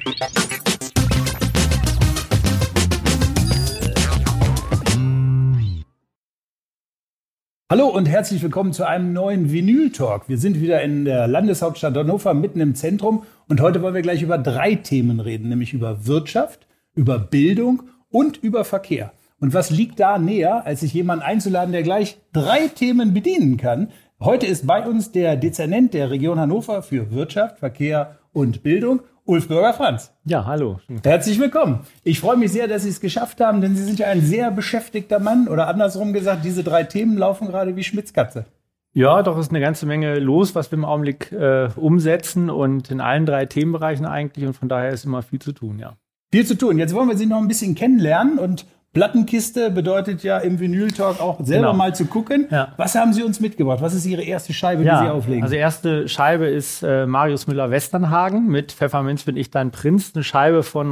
Hallo und herzlich willkommen zu einem neuen Vinyl-Talk. Wir sind wieder in der Landeshauptstadt Hannover, mitten im Zentrum. Und heute wollen wir gleich über 3 Themen reden, nämlich über Wirtschaft, über Bildung und über Verkehr. Und was liegt da näher, als sich jemanden einzuladen, der gleich 3 Themen bedienen kann? Heute ist bei uns der Dezernent der Region Hannover für Wirtschaft, Verkehr und Bildung, Ulf Bürger-Franz. Ja, hallo. Herzlich willkommen. Ich freue mich sehr, dass Sie es geschafft haben, denn Sie sind ja ein sehr beschäftigter Mann. Oder andersrum gesagt, diese 3 Themen laufen gerade wie Schmitz Katze. Ja, doch ist eine ganze Menge los, was wir im Augenblick umsetzen und in allen 3 Themenbereichen eigentlich. Und von daher ist immer viel zu tun, ja. Viel zu tun. Jetzt wollen wir Sie noch ein bisschen kennenlernen und Plattenkiste bedeutet ja im Vinyl-Talk auch selber mal zu gucken. Ja. Was haben Sie uns mitgebracht? Was ist Ihre erste Scheibe, die Sie auflegen? Also erste Scheibe ist Marius Müller-Westernhagen mit Pfefferminz bin ich dein Prinz. Eine Scheibe von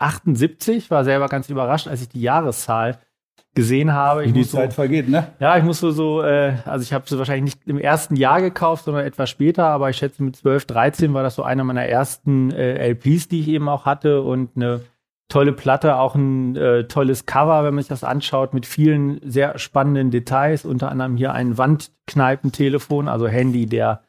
1978. War selber ganz überrascht, als ich die Jahreszahl gesehen habe. Wie die Zeit vergeht, ne? Ja, ich muss also ich habe sie wahrscheinlich nicht im ersten Jahr gekauft, sondern etwas später. Aber ich schätze, mit 12, 13 war das so einer meiner ersten LPs, die ich eben auch hatte. Und eine tolle Platte, auch ein tolles Cover, wenn man sich das anschaut, mit vielen sehr spannenden Details. Unter anderem hier ein Wandkneipentelefon, also Handy der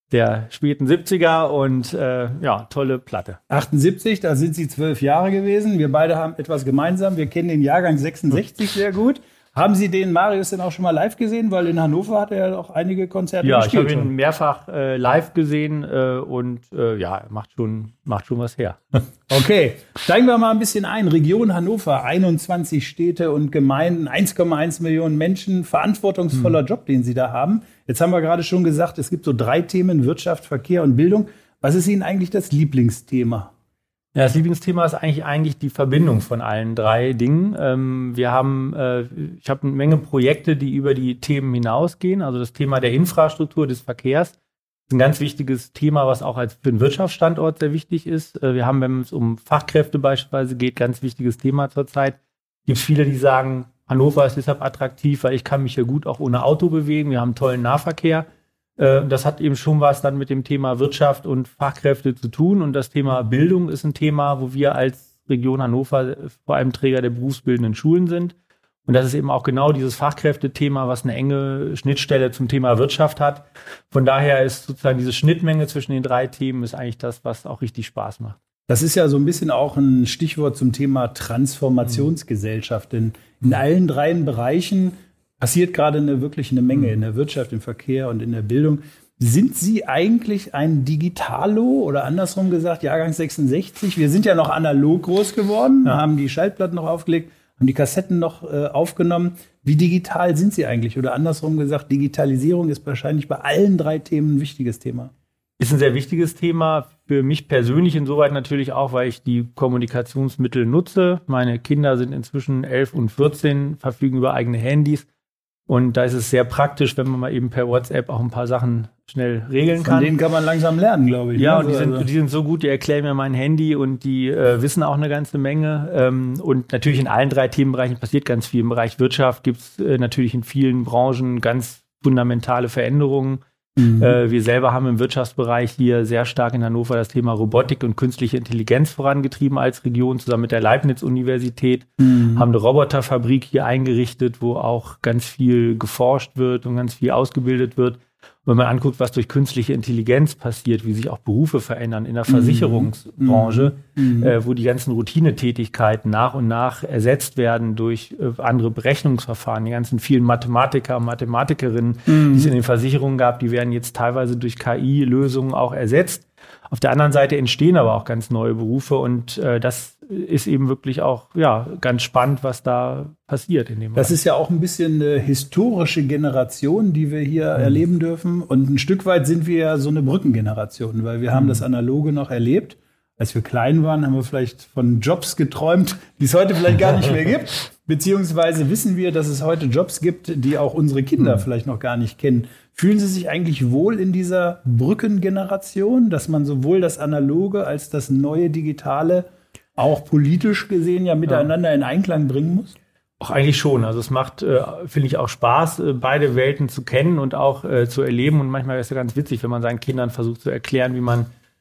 späten 70er und tolle Platte. 78, da sind Sie 12 Jahre gewesen. Wir beide haben etwas gemeinsam. Wir kennen den Jahrgang 66 sehr gut. Haben Sie den Marius denn auch schon mal live gesehen? Weil in Hannover hat er ja auch einige Konzerte gespielt. Ja, ich habe ihn mehrfach live gesehen und er macht schon was her. Okay, steigen wir mal ein bisschen ein. Region Hannover, 21 Städte und Gemeinden, 1,1 Millionen Menschen, verantwortungsvoller Job, den Sie da haben. Jetzt haben wir gerade schon gesagt, es gibt so 3 Themen, Wirtschaft, Verkehr und Bildung. Was ist Ihnen eigentlich das Lieblingsthema? Ja, das Lieblingsthema ist eigentlich die Verbindung von allen 3 Dingen. Ich habe eine Menge Projekte, die über die Themen hinausgehen. Also das Thema der Infrastruktur, des Verkehrs ist ein ganz wichtiges Thema, was auch für einen Wirtschaftsstandort sehr wichtig ist. Wir haben, wenn es um Fachkräfte beispielsweise geht, ganz wichtiges Thema zurzeit. Gibt es viele, die sagen, Hannover ist deshalb attraktiv, weil ich kann mich hier gut auch ohne Auto bewegen. Wir haben einen tollen Nahverkehr. Das hat eben schon was dann mit dem Thema Wirtschaft und Fachkräfte zu tun. Und das Thema Bildung ist ein Thema, wo wir als Region Hannover vor allem Träger der berufsbildenden Schulen sind. Und das ist eben auch genau dieses Fachkräftethema, was eine enge Schnittstelle zum Thema Wirtschaft hat. Von daher ist sozusagen diese Schnittmenge zwischen den 3 Themen ist eigentlich das, was auch richtig Spaß macht. Das ist ja so ein bisschen auch ein Stichwort zum Thema Transformationsgesellschaft. Denn in allen 3 Bereichen passiert gerade wirklich eine Menge in der Wirtschaft, im Verkehr und in der Bildung. Sind Sie eigentlich ein Digitalo oder andersrum gesagt, Jahrgang 66? Wir sind ja noch analog groß geworden, haben die Schallplatten noch aufgelegt, haben die Kassetten noch aufgenommen. Wie digital sind Sie eigentlich? Oder andersrum gesagt, Digitalisierung ist wahrscheinlich bei allen 3 Themen ein wichtiges Thema. Ist ein sehr wichtiges Thema für mich persönlich, insoweit natürlich auch, weil ich die Kommunikationsmittel nutze. Meine Kinder sind inzwischen 11 und 14, verfügen über eigene Handys. Und da ist es sehr praktisch, wenn man mal eben per WhatsApp auch ein paar Sachen schnell regeln kann. Von denen kann man langsam lernen, glaube ich. Ja, und die sind so gut, die erklären mir mein Handy und die wissen auch eine ganze Menge. Und natürlich in allen 3 Themenbereichen passiert ganz viel. Im Bereich Wirtschaft gibt es natürlich in vielen Branchen ganz fundamentale Veränderungen. Wir selber haben im Wirtschaftsbereich hier sehr stark in Hannover das Thema Robotik und künstliche Intelligenz vorangetrieben als Region, zusammen mit der Leibniz-Universität, haben eine Roboterfabrik hier eingerichtet, wo auch ganz viel geforscht wird und ganz viel ausgebildet wird. Und wenn man anguckt, was durch künstliche Intelligenz passiert, wie sich auch Berufe verändern in der Versicherungsbranche, wo die ganzen Routinetätigkeiten nach und nach ersetzt werden durch andere Berechnungsverfahren. Die ganzen vielen Mathematiker und Mathematikerinnen, die es in den Versicherungen gab, die werden jetzt teilweise durch KI-Lösungen auch ersetzt. Auf der anderen Seite entstehen aber auch ganz neue Berufe und das ist eben wirklich auch ganz spannend, was da passiert in dem Bereich. Das ist ja auch ein bisschen eine historische Generation, die wir hier erleben dürfen. Und ein Stück weit sind wir ja so eine Brückengeneration, weil wir haben das Analoge noch erlebt. Als wir klein waren, haben wir vielleicht von Jobs geträumt, die es heute vielleicht gar nicht mehr gibt. Beziehungsweise wissen wir, dass es heute Jobs gibt, die auch unsere Kinder vielleicht noch gar nicht kennen. Fühlen Sie sich eigentlich wohl in dieser Brückengeneration, dass man sowohl das Analoge als das neue Digitale auch politisch gesehen ja miteinander in Einklang bringen muss? Auch eigentlich schon. Also es macht, finde ich, auch Spaß, beide Welten zu kennen und auch zu erleben. Und manchmal ist es ja ganz witzig, wenn man seinen Kindern versucht zu erklären, wie man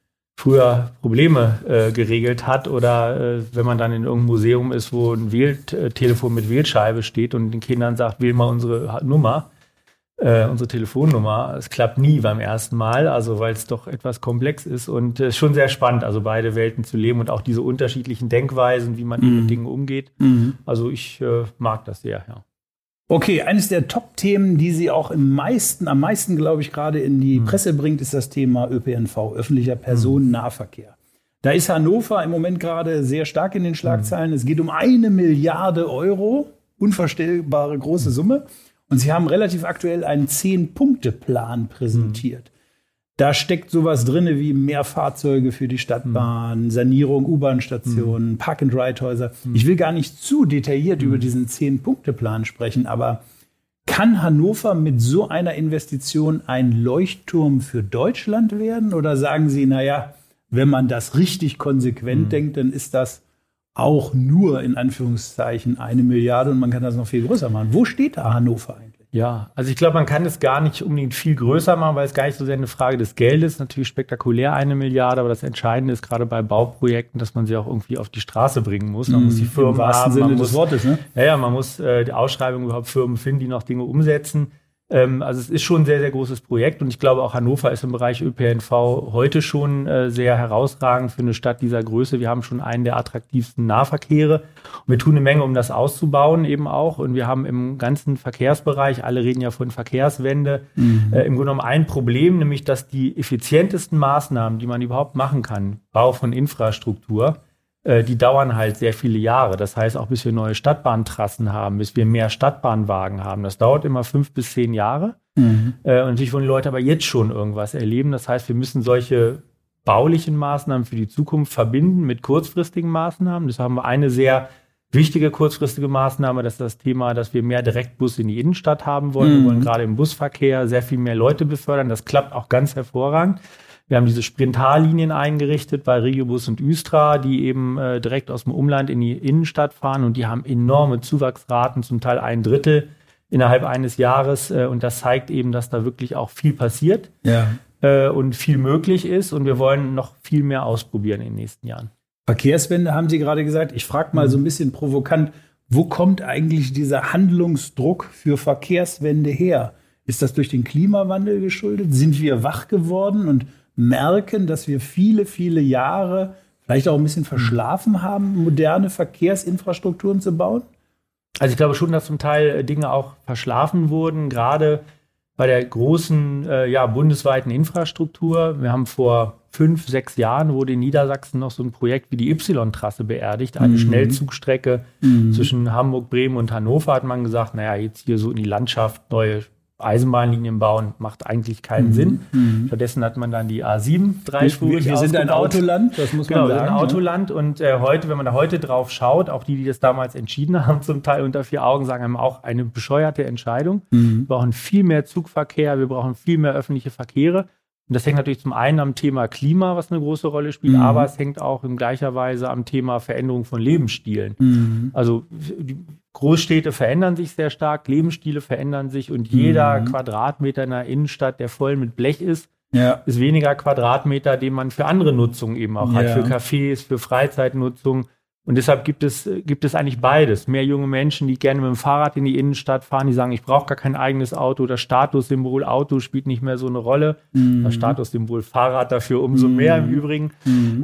früher Probleme geregelt hat oder wenn man dann in irgendeinem Museum ist, wo ein Telefon mit Wählscheibe steht und den Kindern sagt, wähl mal unsere Nummer, unsere Telefonnummer. Es klappt nie beim ersten Mal, also weil es doch etwas komplex ist und es ist schon sehr spannend, also beide Welten zu leben und auch diese unterschiedlichen Denkweisen, wie man mit Dingen umgeht. Also ich mag das sehr, ja. Okay, eines der Top-Themen, die Sie auch am meisten, glaube ich, gerade in die Presse bringt, ist das Thema ÖPNV, öffentlicher Personennahverkehr. Da ist Hannover im Moment gerade sehr stark in den Schlagzeilen. Es geht um 1 Milliarde Euro, unvorstellbare große Summe. Und Sie haben relativ aktuell einen 10-Punkte-Plan präsentiert. Da steckt sowas drin wie mehr Fahrzeuge für die Stadtbahn, Sanierung U-Bahn-Stationen, Park-and-Ride-Häuser. Ich will gar nicht zu detailliert über diesen 10-Punkte-Plan sprechen, aber kann Hannover mit so einer Investition ein Leuchtturm für Deutschland werden? Oder sagen Sie, naja, wenn man das richtig konsequent denkt, dann ist das auch nur in Anführungszeichen 1 Milliarde und man kann das noch viel größer machen. Wo steht da Hannover eigentlich? Ja, also ich glaube, man kann es gar nicht unbedingt viel größer machen, weil es gar nicht so sehr eine Frage des Geldes ist. Natürlich spektakulär 1 Milliarde, aber das Entscheidende ist gerade bei Bauprojekten, dass man sie auch irgendwie auf die Straße bringen muss. Man muss die Firmen haben. Sinne des Wortes, ne? Ja, man muss die Ausschreibung überhaupt Firmen finden, die noch Dinge umsetzen. Also es ist schon ein sehr, sehr großes Projekt und ich glaube auch Hannover ist im Bereich ÖPNV heute schon sehr herausragend für eine Stadt dieser Größe. Wir haben schon einen der attraktivsten Nahverkehre und wir tun eine Menge, um das auszubauen eben auch und wir haben im ganzen Verkehrsbereich, alle reden ja von Verkehrswende, im Grunde genommen ein Problem, nämlich dass die effizientesten Maßnahmen, die man überhaupt machen kann, Bau von Infrastruktur, die dauern halt sehr viele Jahre. Das heißt, auch bis wir neue Stadtbahntrassen haben, bis wir mehr Stadtbahnwagen haben, das dauert immer 5 bis 10 Jahre. Und natürlich wollen die Leute aber jetzt schon irgendwas erleben. Das heißt, wir müssen solche baulichen Maßnahmen für die Zukunft verbinden mit kurzfristigen Maßnahmen. Das haben wir eine sehr wichtige kurzfristige Maßnahme, das ist das Thema, dass wir mehr Direktbus in die Innenstadt haben wollen. Wir wollen gerade im Busverkehr sehr viel mehr Leute befördern. Das klappt auch ganz hervorragend. Wir haben diese Sprintallinien eingerichtet bei Regiobus und Östra, die eben direkt aus dem Umland in die Innenstadt fahren und die haben enorme Zuwachsraten, zum Teil 1/3 innerhalb eines Jahres und das zeigt eben, dass da wirklich auch viel passiert und viel möglich ist und wir wollen noch viel mehr ausprobieren in den nächsten Jahren. Verkehrswende haben Sie gerade gesagt. Ich frage mal so ein bisschen provokant, wo kommt eigentlich dieser Handlungsdruck für Verkehrswende her? Ist das durch den Klimawandel geschuldet? Sind wir wach geworden und merken, dass wir viele, viele Jahre vielleicht auch ein bisschen verschlafen haben, moderne Verkehrsinfrastrukturen zu bauen? Also ich glaube schon, dass zum Teil Dinge auch verschlafen wurden, gerade bei der großen bundesweiten Infrastruktur. Wir haben vor 5, 6 Jahren wurde in Niedersachsen noch so ein Projekt wie die Y-Trasse beerdigt, eine Schnellzugstrecke zwischen Hamburg, Bremen und Hannover, hat man gesagt, naja, jetzt hier so in die Landschaft neue Eisenbahnlinien bauen, macht eigentlich keinen Sinn. Stattdessen hat man dann die A7 dreispurig Wir sind ein Autoland, das muss man sagen. Wir sind ein Autoland und heute, wenn man da heute drauf schaut, auch die das damals entschieden haben, zum Teil unter 4 Augen, sagen einem auch eine bescheuerte Entscheidung. Wir brauchen viel mehr Zugverkehr, wir brauchen viel mehr öffentliche Verkehre. Und das hängt natürlich zum einen am Thema Klima, was eine große Rolle spielt, aber es hängt auch in gleicher Weise am Thema Veränderung von Lebensstilen. Also die Großstädte verändern sich sehr stark, Lebensstile verändern sich und jeder Quadratmeter in der Innenstadt, der voll mit Blech ist, ist weniger Quadratmeter, den man für andere Nutzungen eben auch hat, für Cafés, für Freizeitnutzung. Und deshalb gibt es eigentlich beides. Mehr junge Menschen, die gerne mit dem Fahrrad in die Innenstadt fahren, die sagen, ich brauche gar kein eigenes Auto. Das Statussymbol Auto spielt nicht mehr so eine Rolle. Das Statussymbol Fahrrad dafür umso mehr im Übrigen.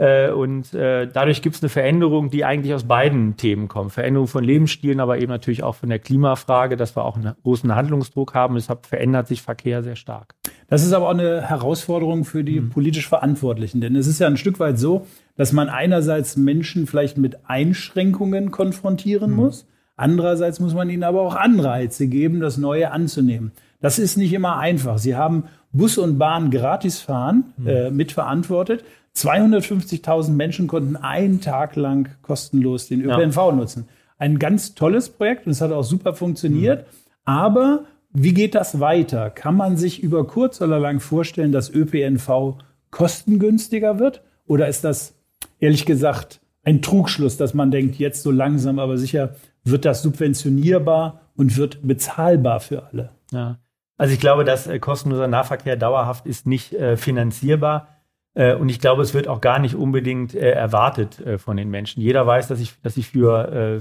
Dadurch gibt es eine Veränderung, die eigentlich aus beiden Themen kommt. Veränderung von Lebensstilen, aber eben natürlich auch von der Klimafrage, dass wir auch einen großen Handlungsdruck haben. Deshalb verändert sich Verkehr sehr stark. Das ist aber auch eine Herausforderung für die politisch Verantwortlichen. Denn es ist ja ein Stück weit so, dass man einerseits Menschen vielleicht mit Einschränkungen konfrontieren muss. Andererseits muss man ihnen aber auch Anreize geben, das Neue anzunehmen. Das ist nicht immer einfach. Sie haben Bus und Bahn gratis fahren mitverantwortet. 250.000 Menschen konnten einen Tag lang kostenlos den ÖPNV nutzen. Ein ganz tolles Projekt und es hat auch super funktioniert. Aber wie geht das weiter? Kann man sich über kurz oder lang vorstellen, dass ÖPNV kostengünstiger wird? Oder ist das, ehrlich gesagt, ein Trugschluss, dass man denkt, jetzt so langsam, aber sicher wird das subventionierbar und wird bezahlbar für alle? Ja. Also ich glaube, dass kostenloser Nahverkehr dauerhaft ist nicht finanzierbar. Und ich glaube, es wird auch gar nicht unbedingt erwartet von den Menschen. Jeder weiß, dass ich für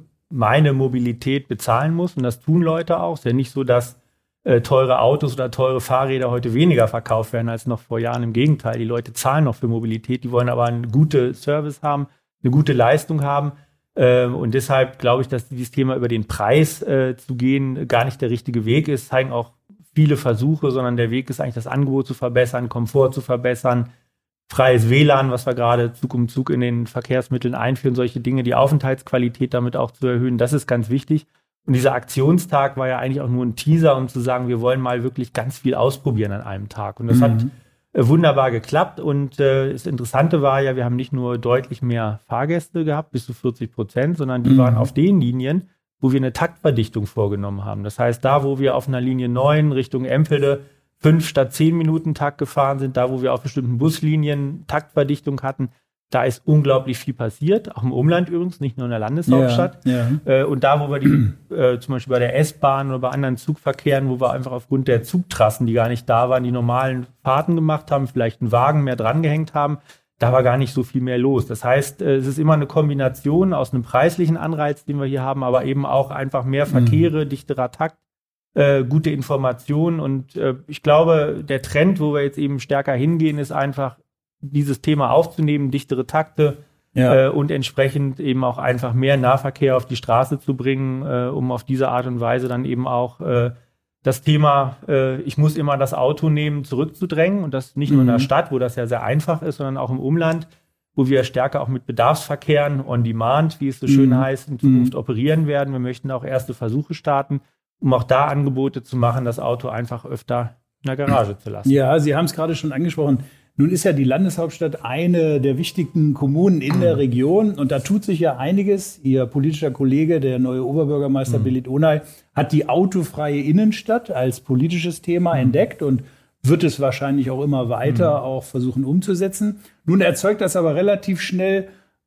meine Mobilität bezahlen muss. Und das tun Leute auch. Es ist ja nicht so, dass teure Autos oder teure Fahrräder heute weniger verkauft werden als noch vor Jahren. Im Gegenteil, die Leute zahlen noch für Mobilität. Die wollen aber einen guten Service haben, eine gute Leistung haben. Und deshalb glaube ich, dass dieses Thema über den Preis zu gehen gar nicht der richtige Weg ist. Zeigen auch viele Versuche, sondern der Weg ist eigentlich, das Angebot zu verbessern, Komfort zu verbessern, freies WLAN, was wir gerade Zug um Zug in den Verkehrsmitteln einführen, solche Dinge, die Aufenthaltsqualität damit auch zu erhöhen. Das ist ganz wichtig. Und dieser Aktionstag war ja eigentlich auch nur ein Teaser, um zu sagen, wir wollen mal wirklich ganz viel ausprobieren an einem Tag. Und das hat wunderbar geklappt. Und das Interessante war ja, wir haben nicht nur deutlich mehr Fahrgäste gehabt, bis zu 40%, sondern die waren auf den Linien, wo wir eine Taktverdichtung vorgenommen haben. Das heißt, da, wo wir auf einer Linie 9 Richtung Empfelde 5 statt 10 Minuten Takt gefahren sind, da, wo wir auf bestimmten Buslinien Taktverdichtung hatten, da ist unglaublich viel passiert, auch im Umland übrigens, nicht nur in der Landeshauptstadt. Und da, wo wir zum Beispiel bei der S-Bahn oder bei anderen Zugverkehren, wo wir einfach aufgrund der Zugtrassen, die gar nicht da waren, die normalen Fahrten gemacht haben, vielleicht einen Wagen mehr drangehängt haben, da war gar nicht so viel mehr los. Das heißt, es ist immer eine Kombination aus einem preislichen Anreiz, den wir hier haben, aber eben auch einfach mehr Verkehre, dichterer Takt, gute Informationen. Und ich glaube, der Trend, wo wir jetzt eben stärker hingehen, ist einfach, dieses Thema aufzunehmen, dichtere Takte und entsprechend eben auch einfach mehr Nahverkehr auf die Straße zu bringen, um auf diese Art und Weise dann eben auch das Thema, ich muss immer das Auto nehmen, zurückzudrängen. Und das nicht nur in der Stadt, wo das ja sehr einfach ist, sondern auch im Umland, wo wir stärker auch mit Bedarfsverkehren on demand, wie es so schön heißt, in Zukunft operieren werden. Wir möchten auch erste Versuche starten, um auch da Angebote zu machen, das Auto einfach öfter in der Garage zu lassen. Ja, Sie haben es gerade schon angesprochen. Nun ist ja die Landeshauptstadt eine der wichtigen Kommunen in der Region und da tut sich ja einiges. Ihr politischer Kollege, der neue Oberbürgermeister Belit Onay, hat die autofreie Innenstadt als politisches Thema entdeckt und wird es wahrscheinlich auch immer weiter auch versuchen umzusetzen. Nun erzeugt das aber relativ schnell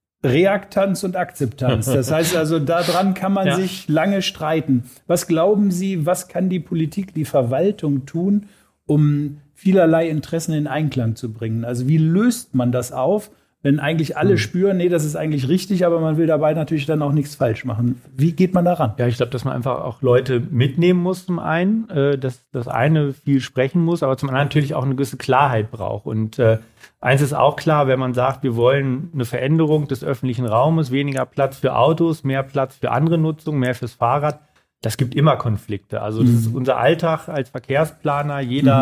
Reaktanz und Akzeptanz. Das heißt also, daran kann man sich lange streiten. Was glauben Sie, was kann die Politik, die Verwaltung tun, um vielerlei Interessen in Einklang zu bringen? Also wie löst man das auf, wenn eigentlich alle spüren, nee, das ist eigentlich richtig, aber man will dabei natürlich dann auch nichts falsch machen? Wie geht man daran? Ja, ich glaube, dass man einfach auch Leute mitnehmen muss zum einen, dass das eine viel sprechen muss, aber zum anderen natürlich auch eine gewisse Klarheit braucht. Und eins ist auch klar, wenn man sagt, wir wollen eine Veränderung des öffentlichen Raumes, weniger Platz für Autos, mehr Platz für andere Nutzung, mehr fürs Fahrrad, das gibt immer Konflikte. Also das ist unser Alltag als Verkehrsplaner,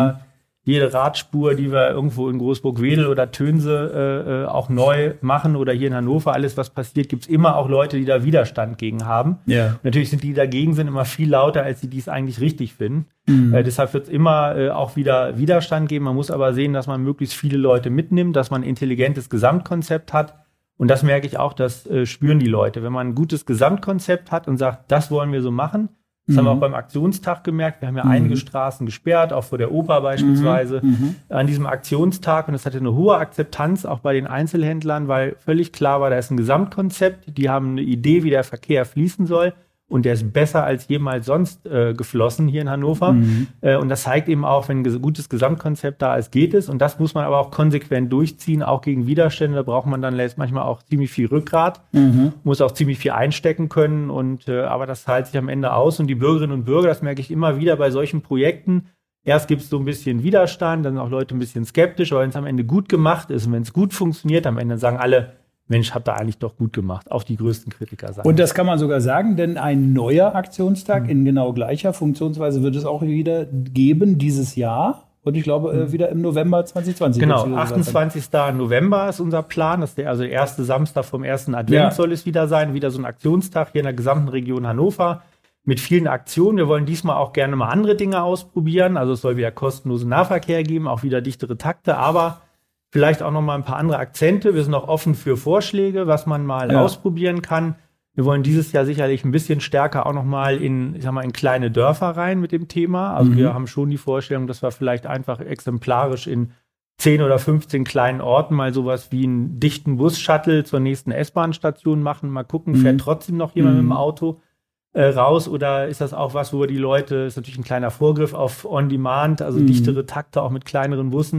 jede Radspur, die wir irgendwo in Großburg-Wedel oder Tönse auch neu machen oder hier in Hannover, alles, was passiert, gibt es immer auch Leute, die da Widerstand gegen haben. Ja. Natürlich sind die dagegen sind immer viel lauter, als die es eigentlich richtig finden. Deshalb wird es immer auch wieder Widerstand geben. Man muss aber sehen, dass man möglichst viele Leute mitnimmt, dass man ein intelligentes Gesamtkonzept hat. Und das merke ich auch, das spüren die Leute. Wenn man ein gutes Gesamtkonzept hat und sagt, das wollen wir so machen, das haben wir auch beim Aktionstag gemerkt. Wir haben ja einige Straßen gesperrt, auch vor der Oper beispielsweise, an diesem Aktionstag. Und es hatte eine hohe Akzeptanz auch bei den Einzelhändlern, weil völlig klar war, da ist ein Gesamtkonzept. Die haben eine Idee, wie der Verkehr fließen soll. Und der ist besser als jemals sonst geflossen hier in Hannover. Und das zeigt eben auch, wenn ein gutes Gesamtkonzept da ist, geht es. Und das muss man aber auch konsequent durchziehen, auch gegen Widerstände. Da braucht man dann manchmal auch ziemlich viel Rückgrat, muss auch ziemlich viel einstecken können. Aber das zahlt sich am Ende aus. Und die Bürgerinnen und Bürger, das merke ich immer wieder bei solchen Projekten, erst gibt es so ein bisschen Widerstand, dann sind auch Leute ein bisschen skeptisch. Aber wenn es am Ende gut gemacht ist und wenn es gut funktioniert, am Ende sagen alle, Mensch, habt ihr eigentlich doch gut gemacht. Auch die größten Kritiker sagen. Und das kann man sogar sagen, denn ein neuer Aktionstag in genau gleicher Funktionsweise wird es auch wieder geben dieses Jahr. Und ich glaube, wieder im November 2020. Genau, 28. November ist unser Plan. Das ist der erste Samstag vom ersten Advent soll es wieder sein. Wieder so ein Aktionstag hier in der gesamten Region Hannover mit vielen Aktionen. Wir wollen diesmal auch gerne mal andere Dinge ausprobieren. Also es soll wieder kostenlosen Nahverkehr geben, auch wieder dichtere Takte, aber vielleicht auch noch mal ein paar andere Akzente. Wir sind auch offen für Vorschläge, was man mal ausprobieren kann. Wir wollen dieses Jahr sicherlich ein bisschen stärker auch noch mal in kleine Dörfer rein mit dem Thema. Also wir haben schon die Vorstellung, dass wir vielleicht einfach exemplarisch in 10 oder 15 kleinen Orten mal sowas wie einen dichten Bus-Shuttle zur nächsten S-Bahn-Station machen. Mal gucken, fährt trotzdem noch jemand mit dem Auto raus oder ist das auch was, wo die Leute, ist natürlich ein kleiner Vorgriff auf On-Demand, also dichtere Takte auch mit kleineren Bussen,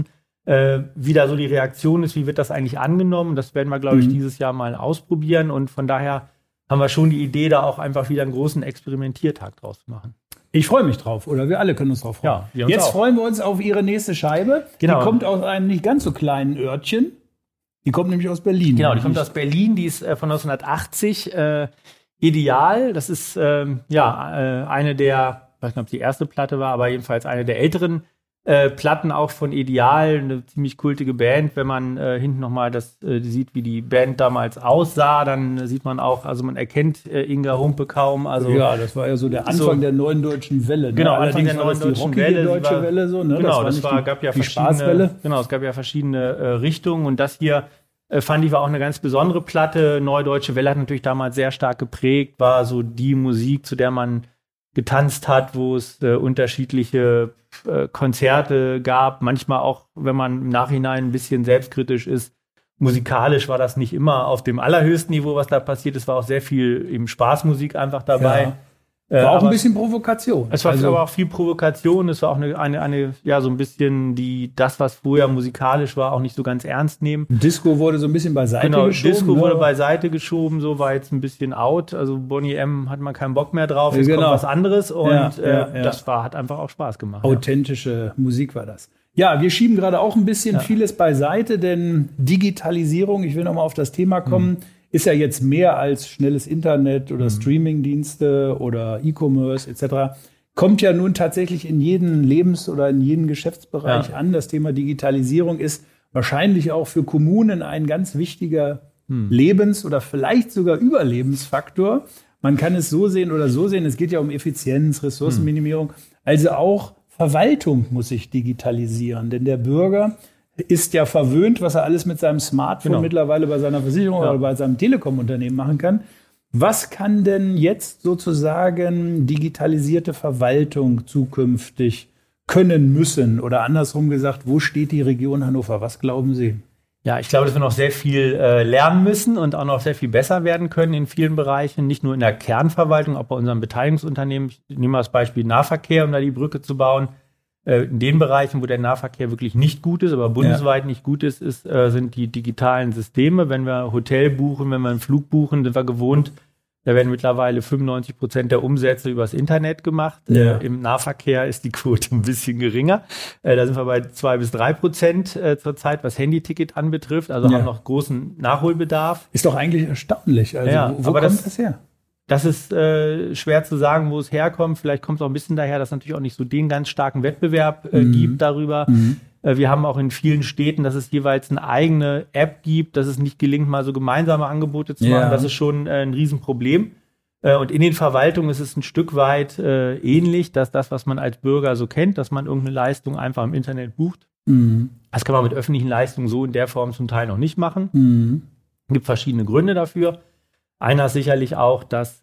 wie da so die Reaktion ist, wie wird das eigentlich angenommen. Das werden wir, glaube ich, dieses Jahr mal ausprobieren. Und von daher haben wir schon die Idee, da auch einfach wieder einen großen Experimentiertag draus zu machen. Ich freue mich drauf, oder wir alle können uns drauf freuen. Ja, jetzt freuen wir uns auf Ihre nächste Scheibe. Genau. Die kommt aus einem nicht ganz so kleinen Örtchen. Die kommt nämlich aus Berlin. Genau, die kommt aus Berlin. Die ist von 1980. Ideal. Das ist eine der, ich weiß nicht, ob die erste Platte war, aber jedenfalls eine der älteren Platten auch von Ideal, eine ziemlich kultige Band. Wenn man hinten nochmal das sieht, wie die Band damals aussah, dann sieht man auch, also man erkennt Inga Humpe kaum. Also, ja, das war ja so der Anfang der neuen deutschen Welle. Ne? Genau, Anfang der neuen deutschen Welle. Deutsche Welle so, ne? Genau, gab ja verschiedene Richtungen. Und das hier fand ich war auch eine ganz besondere Platte. Neue Deutsche Welle hat natürlich damals sehr stark geprägt, war so die Musik, zu der man getanzt hat, wo es unterschiedliche Konzerte gab, manchmal auch, wenn man im Nachhinein ein bisschen selbstkritisch ist, musikalisch war das nicht immer auf dem allerhöchsten Niveau, was da passiert ist, war auch sehr viel eben Spaßmusik einfach dabei. Ja. War auch ein bisschen Provokation. Es war aber auch viel Provokation, es war auch eine so ein bisschen das, was früher musikalisch war, auch nicht so ganz ernst nehmen. Disco wurde so ein bisschen beiseite geschoben. Disco wurde beiseite geschoben, so war jetzt ein bisschen out. Also Boney M. hat man keinen Bock mehr drauf, jetzt kommt was anderes und das hat einfach auch Spaß gemacht. Authentische Musik war das. Ja, wir schieben gerade auch ein bisschen vieles beiseite, denn Digitalisierung, ich will nochmal auf das Thema kommen, ist ja jetzt mehr als schnelles Internet oder Streamingdienste oder E-Commerce etc. Kommt ja nun tatsächlich in jeden Lebens- oder in jeden Geschäftsbereich an. Das Thema Digitalisierung ist wahrscheinlich auch für Kommunen ein ganz wichtiger Lebens- oder vielleicht sogar Überlebensfaktor. Man kann es so sehen oder so sehen. Es geht ja um Effizienz, Ressourcenminimierung. Also auch Verwaltung muss sich digitalisieren, denn der Bürger ist ja verwöhnt, was er alles mit seinem Smartphone mittlerweile bei seiner Versicherung oder bei seinem Telekom-Unternehmen machen kann. Was kann denn jetzt sozusagen digitalisierte Verwaltung zukünftig können müssen? Oder andersrum gesagt, wo steht die Region Hannover? Was glauben Sie? Ja, ich glaube, dass wir noch sehr viel lernen müssen und auch noch sehr viel besser werden können in vielen Bereichen. Nicht nur in der Kernverwaltung, auch bei unseren Beteiligungsunternehmen. Ich nehme mal das Beispiel Nahverkehr, um da die Brücke zu bauen. In den Bereichen, wo der Nahverkehr wirklich nicht gut ist, aber bundesweit nicht gut ist, sind die digitalen Systeme. Wenn wir Hotel buchen, wenn wir einen Flug buchen, sind wir gewohnt, da werden mittlerweile 95% der Umsätze übers Internet gemacht. Im Nahverkehr ist die Quote ein bisschen geringer. Da sind wir bei 2-3% zurzeit, was Handyticket anbetrifft. Also haben noch großen Nachholbedarf. Ist doch eigentlich erstaunlich. Also wo kommt das her? Das ist schwer zu sagen, wo es herkommt. Vielleicht kommt es auch ein bisschen daher, dass es natürlich auch nicht so den ganz starken Wettbewerb gibt darüber. Wir haben auch in vielen Städten, dass es jeweils eine eigene App gibt, dass es nicht gelingt, mal so gemeinsame Angebote zu machen. Das ist schon ein Riesenproblem. Und in den Verwaltungen ist es ein Stück weit ähnlich, dass das, was man als Bürger so kennt, dass man irgendeine Leistung einfach im Internet bucht. Das kann man mit öffentlichen Leistungen so in der Form zum Teil noch nicht machen. Es gibt verschiedene Gründe dafür. Einer ist sicherlich auch, dass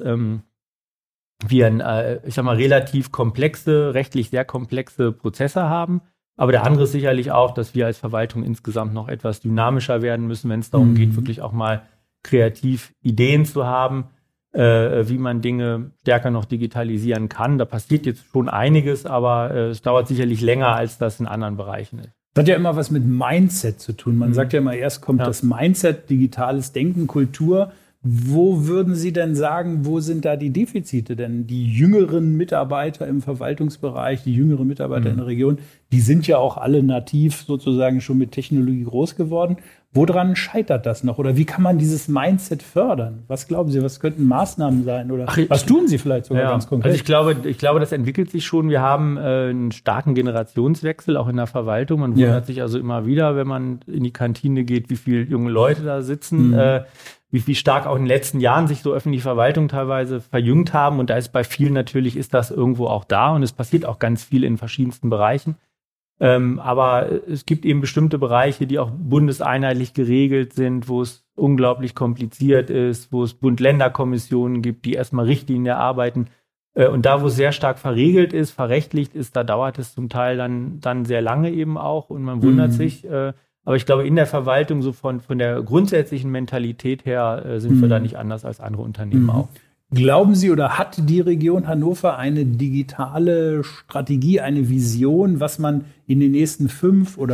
wir, relativ rechtlich sehr komplexe Prozesse haben. Aber der andere ist sicherlich auch, dass wir als Verwaltung insgesamt noch etwas dynamischer werden müssen, wenn es darum geht, wirklich auch mal kreativ Ideen zu haben, wie man Dinge stärker noch digitalisieren kann. Da passiert jetzt schon einiges, aber es dauert sicherlich länger, als das in anderen Bereichen ist. Das hat ja immer was mit Mindset zu tun. Man sagt ja immer, erst kommt das Mindset, digitales Denken, Kultur. Wo würden Sie denn sagen, wo sind da die Defizite? Denn die jüngeren Mitarbeiter im Verwaltungsbereich, die jüngeren Mitarbeiter in der Region, die sind ja auch alle nativ sozusagen schon mit Technologie groß geworden. Woran scheitert das noch? Oder wie kann man dieses Mindset fördern? Was glauben Sie, was könnten Maßnahmen sein? Oder was tun Sie vielleicht sogar ganz konkret? Also ich glaube, das entwickelt sich schon. Wir haben einen starken Generationswechsel, auch in der Verwaltung. Man wundert sich also immer wieder, wenn man in die Kantine geht, wie viele junge Leute da sitzen. Wie stark auch in den letzten Jahren sich so öffentliche Verwaltung teilweise verjüngt haben. Und da ist bei vielen natürlich, ist das irgendwo auch da. Und es passiert auch ganz viel in verschiedensten Bereichen. Aber es gibt eben bestimmte Bereiche, die auch bundeseinheitlich geregelt sind, wo es unglaublich kompliziert ist, wo es Bund-Länder-Kommissionen gibt, die erstmal Richtlinien erarbeiten. Und da, wo es sehr stark verregelt ist, verrechtlicht ist, da dauert es zum Teil dann sehr lange eben auch. Und man wundert sich, aber ich glaube, in der Verwaltung, so von der grundsätzlichen Mentalität her, sind wir da nicht anders als andere Unternehmen auch. Glauben Sie oder hat die Region Hannover eine digitale Strategie, eine Vision, was man in den nächsten 5 oder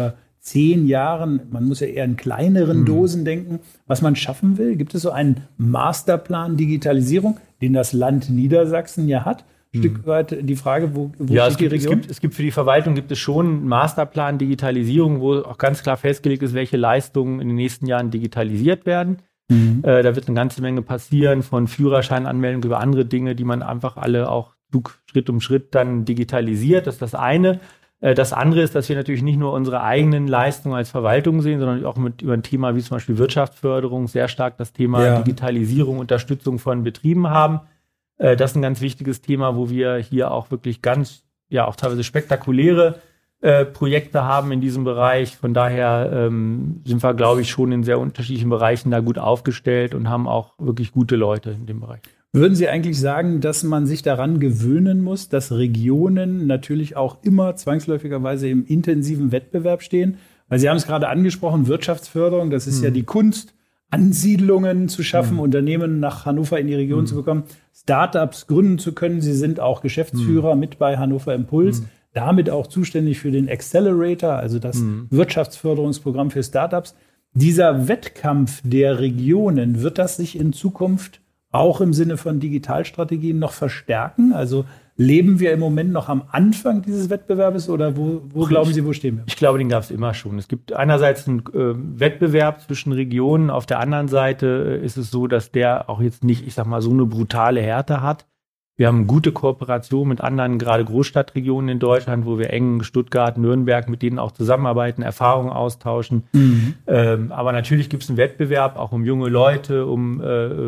10 Jahren, man muss ja eher in kleineren Dosen denken, was man schaffen will? Gibt es so einen Masterplan Digitalisierung, den das Land Niedersachsen ja hat? Ein Stück weit die Frage, wo steht die Region? Es gibt für die Verwaltung gibt es schon einen Masterplan Digitalisierung, wo auch ganz klar festgelegt ist, welche Leistungen in den nächsten Jahren digitalisiert werden. Da wird eine ganze Menge passieren, von Führerscheinanmeldung über andere Dinge, die man einfach alle auch Schritt um Schritt dann digitalisiert. Das ist das eine. Das andere ist, dass wir natürlich nicht nur unsere eigenen Leistungen als Verwaltung sehen, sondern auch über ein Thema wie zum Beispiel Wirtschaftsförderung sehr stark das Thema Digitalisierung, Unterstützung von Betrieben haben. Das ist ein ganz wichtiges Thema, wo wir hier auch wirklich ganz, auch teilweise spektakuläre Projekte haben in diesem Bereich. Von daher sind wir, glaube ich, schon in sehr unterschiedlichen Bereichen da gut aufgestellt und haben auch wirklich gute Leute in dem Bereich. Würden Sie eigentlich sagen, dass man sich daran gewöhnen muss, dass Regionen natürlich auch immer zwangsläufigerweise im intensiven Wettbewerb stehen? Weil Sie haben es gerade angesprochen, Wirtschaftsförderung, das ist ja die Kunst, Ansiedlungen zu schaffen, Unternehmen nach Hannover in die Region zu bekommen, Startups gründen zu können. Sie sind auch Geschäftsführer mit bei Hannover Impuls, damit auch zuständig für den Accelerator, also das Wirtschaftsförderungsprogramm für Startups. Dieser Wettkampf der Regionen, wird das sich in Zukunft auch im Sinne von Digitalstrategien noch verstärken? Also leben wir im Moment noch am Anfang dieses Wettbewerbs oder wo glauben Sie, wo stehen wir? Ich glaube, den gab es immer schon. Es gibt einerseits einen Wettbewerb zwischen Regionen, auf der anderen Seite ist es so, dass der auch jetzt nicht, ich sag mal, so eine brutale Härte hat. Wir haben gute Kooperation mit anderen, gerade Großstadtregionen in Deutschland, wo wir eng Stuttgart, Nürnberg, mit denen auch zusammenarbeiten, Erfahrungen austauschen. Aber natürlich gibt es einen Wettbewerb, auch um junge Leute, um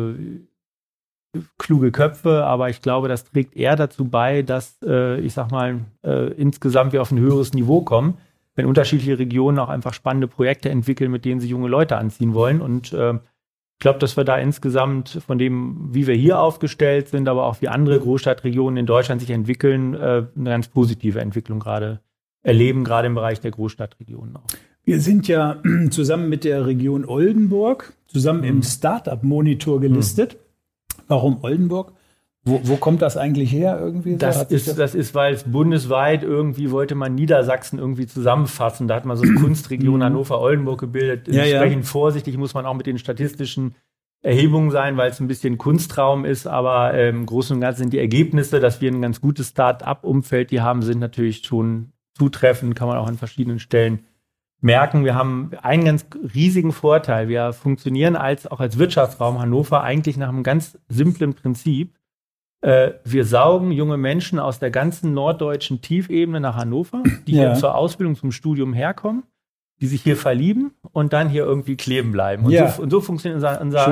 kluge Köpfe, aber ich glaube, das trägt eher dazu bei, dass, insgesamt wir auf ein höheres Niveau kommen, wenn unterschiedliche Regionen auch einfach spannende Projekte entwickeln, mit denen sie junge Leute anziehen wollen. Und ich glaube, dass wir da insgesamt von dem, wie wir hier aufgestellt sind, aber auch wie andere Großstadtregionen in Deutschland sich entwickeln, eine ganz positive Entwicklung gerade erleben, gerade im Bereich der Großstadtregionen auch. Wir sind ja zusammen mit der Region Oldenburg zusammen im Startup-Monitor gelistet. Warum Oldenburg? Wo kommt das eigentlich her irgendwie? Das ist, weil es bundesweit irgendwie wollte man Niedersachsen irgendwie zusammenfassen. Da hat man so eine Kunstregion Hannover-Oldenburg gebildet. Entsprechend vorsichtig muss man auch mit den statistischen Erhebungen sein, weil es ein bisschen Kunstraum ist. Aber im Großen und Ganzen sind die Ergebnisse, dass wir ein ganz gutes Start-up-Umfeld hier haben, sind natürlich schon zutreffend, kann man auch an verschiedenen Stellen merken. Wir haben einen ganz riesigen Vorteil. Wir funktionieren auch als Wirtschaftsraum Hannover eigentlich nach einem ganz simplen Prinzip. Wir saugen junge Menschen aus der ganzen norddeutschen Tiefebene nach Hannover, die hier zur Ausbildung, zum Studium herkommen, die sich hier verlieben und dann hier irgendwie kleben bleiben. Und so funktioniert unser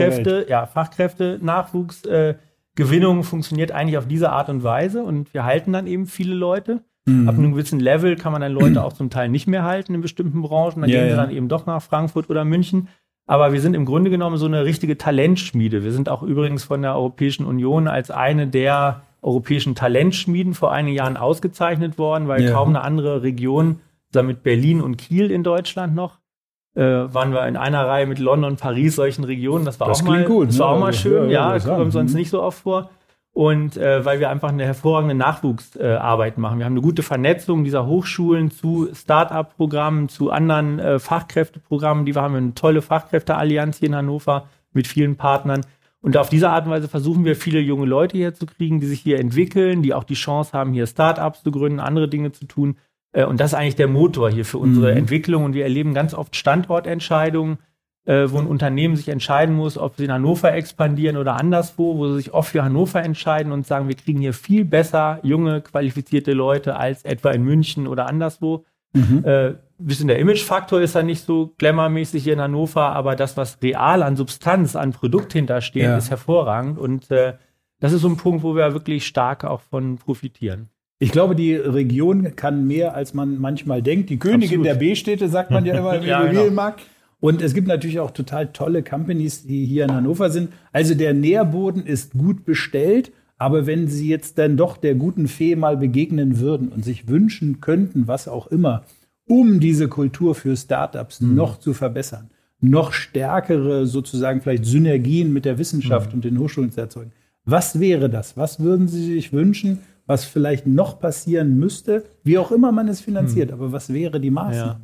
Fachkräfte-Nachwuchsgewinnung funktioniert eigentlich auf diese Art und Weise und wir halten dann eben viele Leute. Ab einem gewissen Level kann man dann Leute auch zum Teil nicht mehr halten in bestimmten Branchen. Dann gehen sie dann eben doch nach Frankfurt oder München. Aber wir sind im Grunde genommen so eine richtige Talentschmiede. Wir sind auch übrigens von der Europäischen Union als eine der europäischen Talentschmieden vor einigen Jahren ausgezeichnet worden, weil kaum eine andere Region, damit Berlin und Kiel in Deutschland noch, waren wir in einer Reihe mit London, Paris, solchen Regionen. Das war auch mal schön. Kommt sonst nicht so oft vor. Und weil wir einfach eine hervorragende Nachwuchsarbeit machen. Wir haben eine gute Vernetzung dieser Hochschulen zu Start-up-Programmen, zu anderen Fachkräfteprogrammen, die wir haben. Eine tolle Fachkräfteallianz hier in Hannover mit vielen Partnern. Und auf diese Art und Weise versuchen wir, viele junge Leute hier zu kriegen, die sich hier entwickeln, die auch die Chance haben, hier Start-ups zu gründen, andere Dinge zu tun. Und das ist eigentlich der Motor hier für unsere Entwicklung. Und wir erleben ganz oft Standortentscheidungen, wo ein Unternehmen sich entscheiden muss, ob sie in Hannover expandieren oder anderswo, wo sie sich oft für Hannover entscheiden und sagen, wir kriegen hier viel besser junge, qualifizierte Leute als etwa in München oder anderswo. Bisschen der Imagefaktor ist ja nicht so glamourmäßig hier in Hannover, aber das, was real an Substanz, an Produkt hintersteht, ist hervorragend. Und das ist so ein Punkt, wo wir wirklich stark auch von profitieren. Ich glaube, die Region kann mehr, als man manchmal denkt. Die Königin der B-Städte, sagt man ja immer im Immobilienmarkt. Und es gibt natürlich auch total tolle Companies, die hier in Hannover sind. Also der Nährboden ist gut bestellt. Aber wenn Sie jetzt dann doch der guten Fee mal begegnen würden und sich wünschen könnten, was auch immer, um diese Kultur für Startups noch zu verbessern, noch stärkere sozusagen vielleicht Synergien mit der Wissenschaft und den Hochschulen zu erzeugen, was wäre das? Was würden Sie sich wünschen, was vielleicht noch passieren müsste? Wie auch immer man es finanziert, aber was wäre die Maßnahme?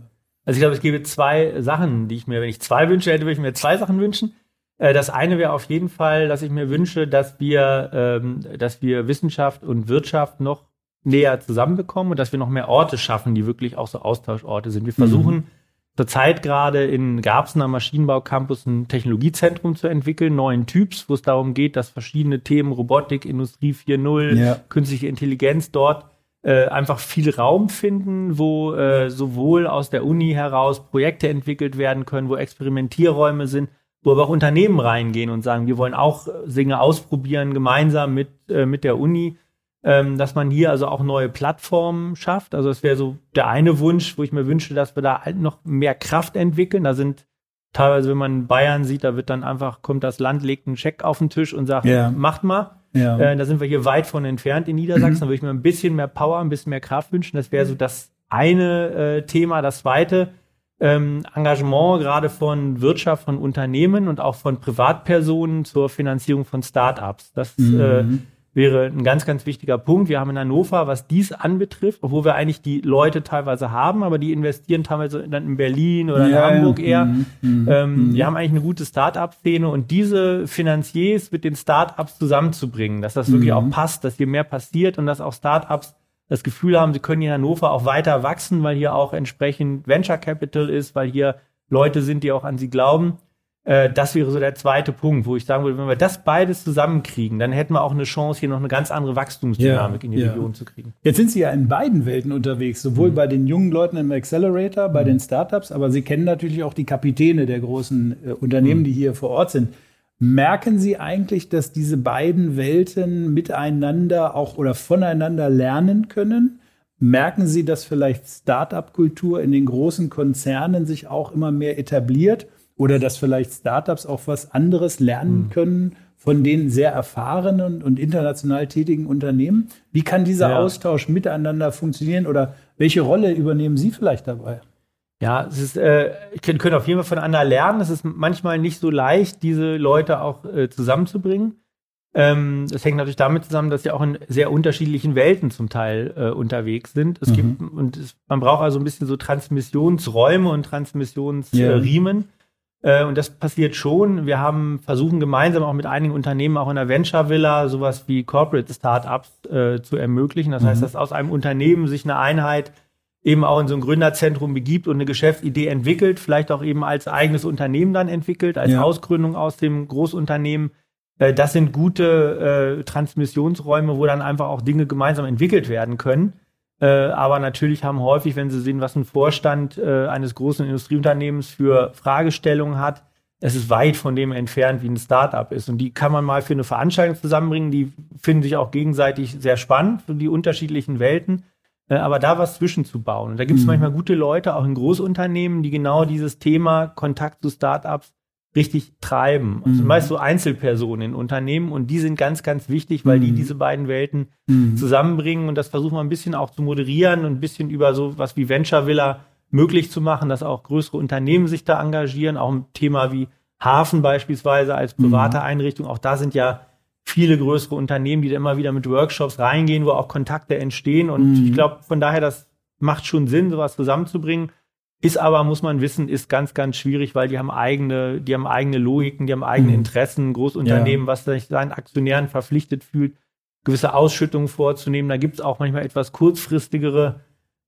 Also ich glaube, es gäbe 2 Sachen, die ich mir, wenn ich 2 wünsche hätte, würde ich mir 2 Sachen wünschen. Das eine wäre auf jeden Fall, dass ich mir wünsche, dass wir Wissenschaft und Wirtschaft noch näher zusammenbekommen und dass wir noch mehr Orte schaffen, die wirklich auch so Austauschorte sind. Wir versuchen zurzeit gerade in Garbsen am Maschinenbau-Campus ein Technologiezentrum zu entwickeln, neuen Typs, wo es darum geht, dass verschiedene Themen, Robotik, Industrie 4.0, künstliche Intelligenz dort einfach viel Raum finden, wo sowohl aus der Uni heraus Projekte entwickelt werden können, wo Experimentierräume sind, wo aber auch Unternehmen reingehen und sagen, wir wollen auch Dinge ausprobieren, gemeinsam mit der Uni, dass man hier also auch neue Plattformen schafft. Also das wäre so der eine Wunsch, wo ich mir wünsche, dass wir da halt noch mehr Kraft entwickeln. Da sind teilweise, wenn man Bayern sieht, da wird dann einfach, kommt das Land, legt einen Scheck auf den Tisch und sagt, macht mal. Da sind wir hier weit von entfernt in Niedersachsen. Da würde ich mir ein bisschen mehr Power, ein bisschen mehr Kraft wünschen. Das wäre so das eine Thema. Das zweite, Engagement gerade von Wirtschaft, von Unternehmen und auch von Privatpersonen zur Finanzierung von Start-ups. Das wäre ein ganz, ganz wichtiger Punkt. Wir haben in Hannover, was dies anbetrifft, obwohl wir eigentlich die Leute teilweise haben, aber die investieren teilweise dann in Berlin oder in Hamburg eher. Wir haben eigentlich eine gute Start-up-Szene und diese Finanziers mit den Start-ups zusammenzubringen, dass das wirklich auch passt, dass hier mehr passiert und dass auch Start-ups das Gefühl haben, sie können in Hannover auch weiter wachsen, weil hier auch entsprechend Venture Capital ist, weil hier Leute sind, die auch an sie glauben. Das wäre so der zweite Punkt, wo ich sagen würde, wenn wir das beides zusammenkriegen, dann hätten wir auch eine Chance, hier noch eine ganz andere Wachstumsdynamik in die Region zu kriegen. Jetzt sind Sie ja in beiden Welten unterwegs, sowohl bei den jungen Leuten im Accelerator, bei den Startups, aber Sie kennen natürlich auch die Kapitäne der großen Unternehmen, die hier vor Ort sind. Merken Sie eigentlich, dass diese beiden Welten miteinander auch oder voneinander lernen können? Merken Sie, dass vielleicht Startup-Kultur in den großen Konzernen sich auch immer mehr etabliert? Oder dass vielleicht Startups auch was anderes lernen können von den sehr erfahrenen und international tätigen Unternehmen? Wie kann dieser Austausch miteinander funktionieren oder welche Rolle übernehmen Sie vielleicht dabei? Ja, es ist, können auf jeden Fall voneinander lernen. Es ist manchmal nicht so leicht, diese Leute auch zusammenzubringen. Das hängt natürlich damit zusammen, dass sie auch in sehr unterschiedlichen Welten zum Teil unterwegs sind. Es gibt, man braucht also ein bisschen so Transmissionsräume und Transmissionsriemen. Und das passiert schon. Wir versuchen gemeinsam auch mit einigen Unternehmen auch in der Venture Villa sowas wie Corporate Startups zu ermöglichen. Das heißt, dass aus einem Unternehmen sich eine Einheit eben auch in so ein Gründerzentrum begibt und eine Geschäftsidee entwickelt, vielleicht auch eben als eigenes Unternehmen dann entwickelt, als Ausgründung aus dem Großunternehmen. Das sind gute Transmissionsräume, wo dann einfach auch Dinge gemeinsam entwickelt werden können. Aber natürlich haben häufig, wenn Sie sehen, was ein Vorstand eines großen Industrieunternehmens für Fragestellungen hat, es ist weit von dem entfernt, wie ein Startup ist. Und die kann man mal für eine Veranstaltung zusammenbringen. Die finden sich auch gegenseitig sehr spannend, für die unterschiedlichen Welten. Aber da was zwischenzubauen. Und da gibt es manchmal gute Leute, auch in Großunternehmen, die genau dieses Thema Kontakt zu Startups richtig treiben. Also meist so Einzelpersonen in Unternehmen und die sind ganz, ganz wichtig, weil die diese beiden Welten zusammenbringen und das versuchen wir ein bisschen auch zu moderieren und ein bisschen über so was wie Venture Villa möglich zu machen, dass auch größere Unternehmen sich da engagieren, auch ein Thema wie Hafen beispielsweise als private Einrichtung, auch da sind ja viele größere Unternehmen, die da immer wieder mit Workshops reingehen, wo auch Kontakte entstehen und ich glaube, von daher, das macht schon Sinn, sowas zusammenzubringen. Ist aber, muss man wissen, ist ganz, ganz schwierig, weil die haben eigene Logiken, die haben eigene Interessen, Großunternehmen, was sich seinen Aktionären verpflichtet fühlt, gewisse Ausschüttungen vorzunehmen. Da gibt es auch manchmal etwas kurzfristigere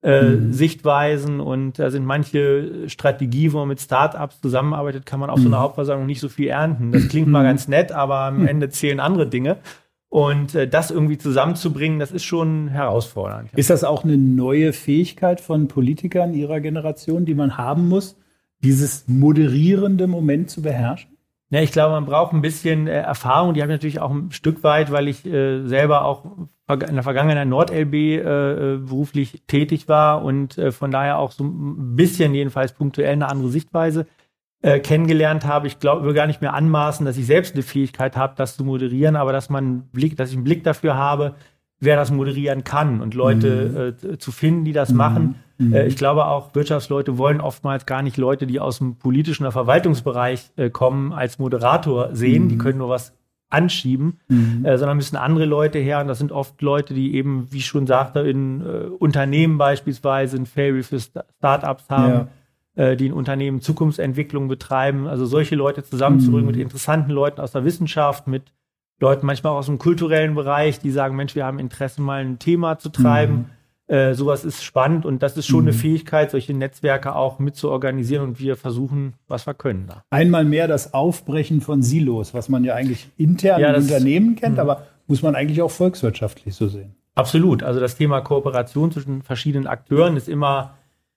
Sichtweisen und da sind manche Strategie, wo man mit Startups zusammenarbeitet, kann man auf so einer Hauptversammlung nicht so viel ernten. Das klingt mal ganz nett, aber am Ende zählen andere Dinge. Und das irgendwie zusammenzubringen, das ist schon herausfordernd. Ist das auch eine neue Fähigkeit von Politikern Ihrer Generation, die man haben muss, dieses moderierende Moment zu beherrschen? Ja, ich glaube, man braucht ein bisschen Erfahrung. Die habe ich natürlich auch ein Stück weit, weil ich selber auch in der Vergangenheit NordLB beruflich tätig war und von daher auch so ein bisschen jedenfalls punktuell eine andere Sichtweise kennengelernt habe. Ich glaube, ich will gar nicht mehr anmaßen, dass ich selbst eine Fähigkeit habe, das zu moderieren, aber dass ich einen Blick dafür habe, wer das moderieren kann und Leute zu finden, die das machen. Ich glaube auch, Wirtschaftsleute wollen oftmals gar nicht Leute, die aus dem politischen oder Verwaltungsbereich kommen, als Moderator sehen. Die können nur was anschieben, sondern müssen andere Leute her. Und das sind oft Leute, die eben, wie ich schon sagte, in Unternehmen beispielsweise ein Fairy für Startups haben. die in Unternehmen Zukunftsentwicklung betreiben. Also solche Leute zusammenzubringen mit interessanten Leuten aus der Wissenschaft, mit Leuten manchmal auch aus dem kulturellen Bereich, die sagen, Mensch, wir haben Interesse, mal ein Thema zu treiben. Sowas ist spannend und das ist schon eine Fähigkeit, solche Netzwerke auch mit zu organisieren und wir versuchen, was wir können da. Einmal mehr das Aufbrechen von Silos, was man ja eigentlich intern im Unternehmen kennt, aber muss man eigentlich auch volkswirtschaftlich so sehen. Absolut. Also das Thema Kooperation zwischen verschiedenen Akteuren ist immer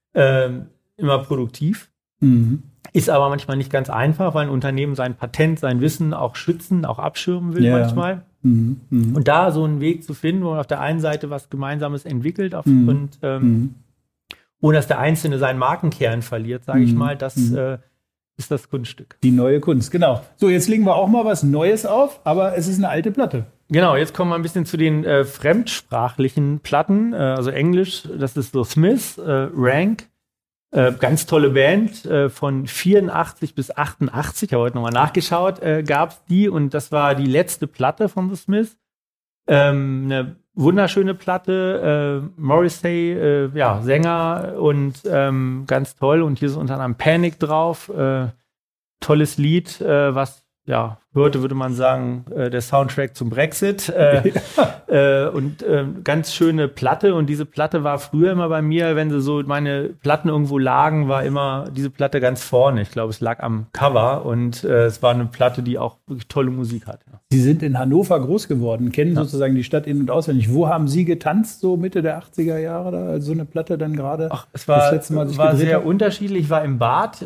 produktiv. Ist aber manchmal nicht ganz einfach, weil ein Unternehmen sein Patent, sein Wissen auch schützen, auch abschirmen will manchmal. Und da so einen Weg zu finden, wo man auf der einen Seite was Gemeinsames entwickelt und ohne dass der Einzelne seinen Markenkern verliert, sage ich mal, das ist das Kunststück. Die neue Kunst, genau. So, jetzt legen wir auch mal was Neues auf, aber es ist eine alte Platte. Genau, jetzt kommen wir ein bisschen zu den fremdsprachlichen Platten, also Englisch, das ist The Smiths, Rank. Ganz tolle Band, von 84 bis 88, ich habe heute nochmal nachgeschaut, gab es die und das war die letzte Platte von The Smiths. Eine wunderschöne Platte, Morrissey, Sänger und ganz toll und hier ist unter anderem Panic drauf, tolles Lied, was heute würde man sagen, der Soundtrack zum Brexit und ganz schöne Platte und diese Platte war früher immer bei mir, wenn so meine Platten irgendwo lagen, war immer diese Platte ganz vorne. Ich glaube, es lag am Cover und es war eine Platte, die auch wirklich tolle Musik hat. Ja. Sie sind in Hannover groß geworden, kennen sozusagen die Stadt in- und auswendig. Wo haben Sie getanzt, so Mitte der 80er Jahre, da, als so eine Platte dann gerade es war sehr unterschiedlich. Ich war im Bad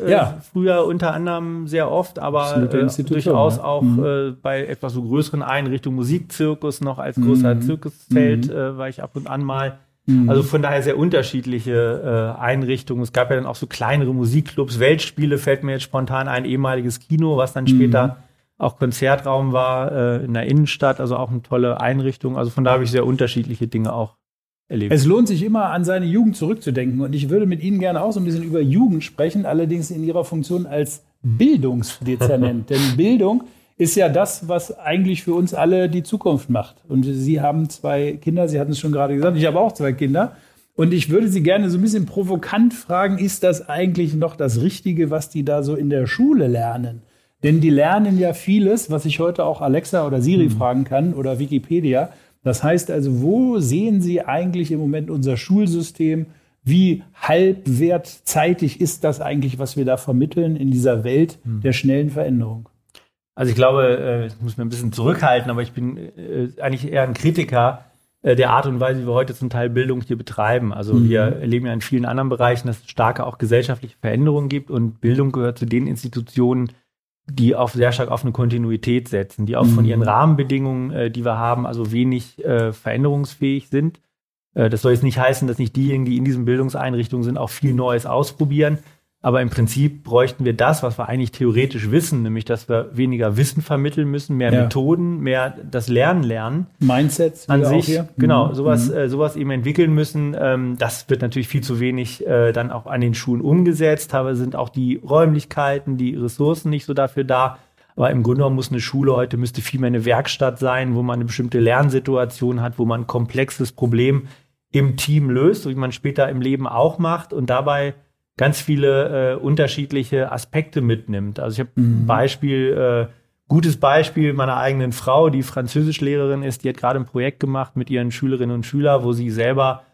früher unter anderem sehr oft, aber durchaus auch bei etwas so größeren Einrichtungen, Musikzirkus noch als großer Zirkuszelt war ich ab und an mal. Also von daher sehr unterschiedliche Einrichtungen. Es gab ja dann auch so kleinere Musikclubs, Weltspiele fällt mir jetzt spontan ein, ehemaliges Kino, was dann später auch Konzertraum war in der Innenstadt, also auch eine tolle Einrichtung. Also von da habe ich sehr unterschiedliche Dinge auch erlebt. Es lohnt sich immer, an seine Jugend zurückzudenken und ich würde mit Ihnen gerne auch so ein bisschen über Jugend sprechen, allerdings in Ihrer Funktion als Bildungsdezernent. Denn Bildung ist ja das, was eigentlich für uns alle die Zukunft macht. Und Sie haben 2 Kinder, Sie hatten es schon gerade gesagt, ich habe auch 2 Kinder. Und ich würde Sie gerne so ein bisschen provokant fragen, ist das eigentlich noch das Richtige, was die da so in der Schule lernen? Denn die lernen ja vieles, was ich heute auch Alexa oder Siri fragen kann oder Wikipedia. Das heißt also, wo sehen Sie eigentlich im Moment unser Schulsystem? Wie halbwertzeitig ist das eigentlich, was wir da vermitteln in dieser Welt der schnellen Veränderung? Also ich glaube, ich muss mir ein bisschen zurückhalten, aber ich bin eigentlich eher ein Kritiker der Art und Weise, wie wir heute zum Teil Bildung hier betreiben. Also wir erleben ja in vielen anderen Bereichen, dass es starke auch gesellschaftliche Veränderungen gibt und Bildung gehört zu den Institutionen, die auch sehr stark auf eine Kontinuität setzen, die auch von ihren Rahmenbedingungen, die wir haben, also wenig veränderungsfähig sind. Das soll jetzt nicht heißen, dass nicht diejenigen, die in diesen Bildungseinrichtungen sind, auch viel Neues ausprobieren. Aber im Prinzip bräuchten wir das, was wir eigentlich theoretisch wissen, nämlich, dass wir weniger Wissen vermitteln müssen, mehr Methoden, mehr das Lernen. Mindsets an sich, genau, sowas eben entwickeln müssen. Das wird natürlich viel zu wenig dann auch an den Schulen umgesetzt. Teilweise sind auch die Räumlichkeiten, die Ressourcen nicht so dafür da. Aber im Grunde genommen muss eine Schule heute müsste viel mehr eine Werkstatt sein, wo man eine bestimmte Lernsituation hat, wo man ein komplexes Problem im Team löst, so wie man später im Leben auch macht und dabei ganz viele unterschiedliche Aspekte mitnimmt. Also ich habe ein Beispiel, gutes Beispiel meiner eigenen Frau, die Französischlehrerin ist, die hat gerade ein Projekt gemacht mit ihren Schülerinnen und Schülern, wo sie selber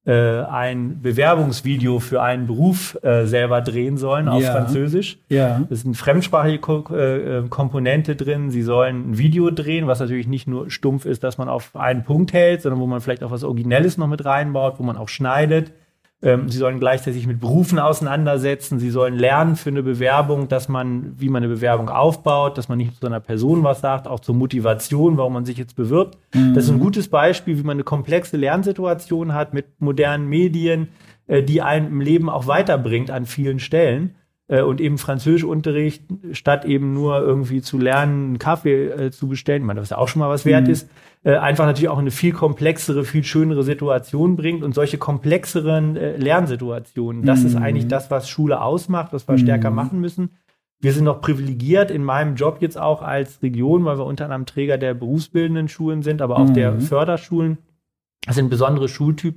ein Bewerbungsvideo für einen Beruf selber drehen sollen auf Französisch. Ja. Es ist eine fremdsprachige Komponente drin. Sie sollen ein Video drehen, was natürlich nicht nur stumpf ist, dass man auf einen Punkt hält, sondern wo man vielleicht auch was Originelles noch mit reinbaut, wo man auch schneidet. Sie sollen gleichzeitig sich mit Berufen auseinandersetzen. Sie sollen lernen für eine Bewerbung, wie man eine Bewerbung aufbaut, dass man nicht zu einer Person was sagt, auch zur Motivation, warum man sich jetzt bewirbt. Das ist ein gutes Beispiel, wie man eine komplexe Lernsituation hat mit modernen Medien, die einen im Leben auch weiterbringt an vielen Stellen. Und eben Französischunterricht, statt eben nur irgendwie zu lernen, einen Kaffee zu bestellen, ich meine, was ja auch schon mal was wert ist, einfach natürlich auch eine viel komplexere, viel schönere Situation bringt und solche komplexeren Lernsituationen. Das ist eigentlich das, was Schule ausmacht, was wir stärker machen müssen. Wir sind noch privilegiert in meinem Job jetzt auch als Region, weil wir unter anderem Träger der berufsbildenden Schulen sind, aber auch der Förderschulen. Das sind besondere Schultypen,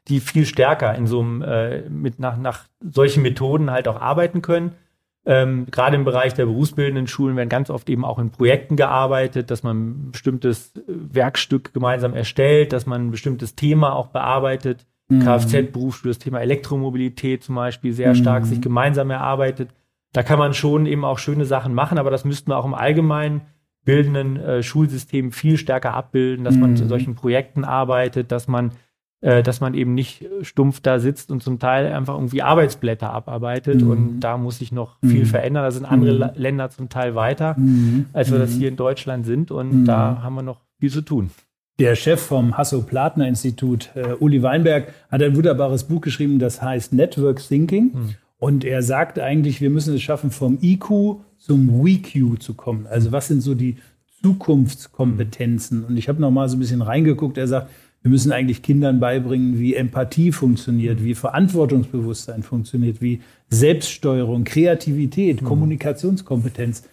die viel stärker in so einem, nach solchen Methoden halt auch arbeiten können. Gerade im Bereich der berufsbildenden Schulen werden ganz oft eben auch in Projekten gearbeitet, dass man ein bestimmtes Werkstück gemeinsam erstellt, dass man ein bestimmtes Thema auch bearbeitet. Kfz-Berufsschule, das Thema Elektromobilität zum Beispiel sehr stark sich gemeinsam erarbeitet. Da kann man schon eben auch schöne Sachen machen, aber das müssten wir auch im allgemeinen bildenden Schulsystem viel stärker abbilden, dass man zu solchen Projekten arbeitet, dass man eben nicht stumpf da sitzt und zum Teil einfach irgendwie Arbeitsblätter abarbeitet. Und da muss sich noch viel verändern. Da sind andere Länder zum Teil weiter, als wir das hier in Deutschland sind. Und da haben wir noch viel zu tun. Der Chef vom Hasso-Plattner-Institut, Uli Weinberg, hat ein wunderbares Buch geschrieben, das heißt Network Thinking. Und er sagt eigentlich, wir müssen es schaffen, vom IQ zum WeQ zu kommen. Also was sind so die Zukunftskompetenzen? Und ich habe noch mal so ein bisschen reingeguckt. Er sagt, wir müssen eigentlich Kindern beibringen, wie Empathie funktioniert, wie Verantwortungsbewusstsein funktioniert, wie Selbststeuerung, Kreativität, Kommunikationskompetenz.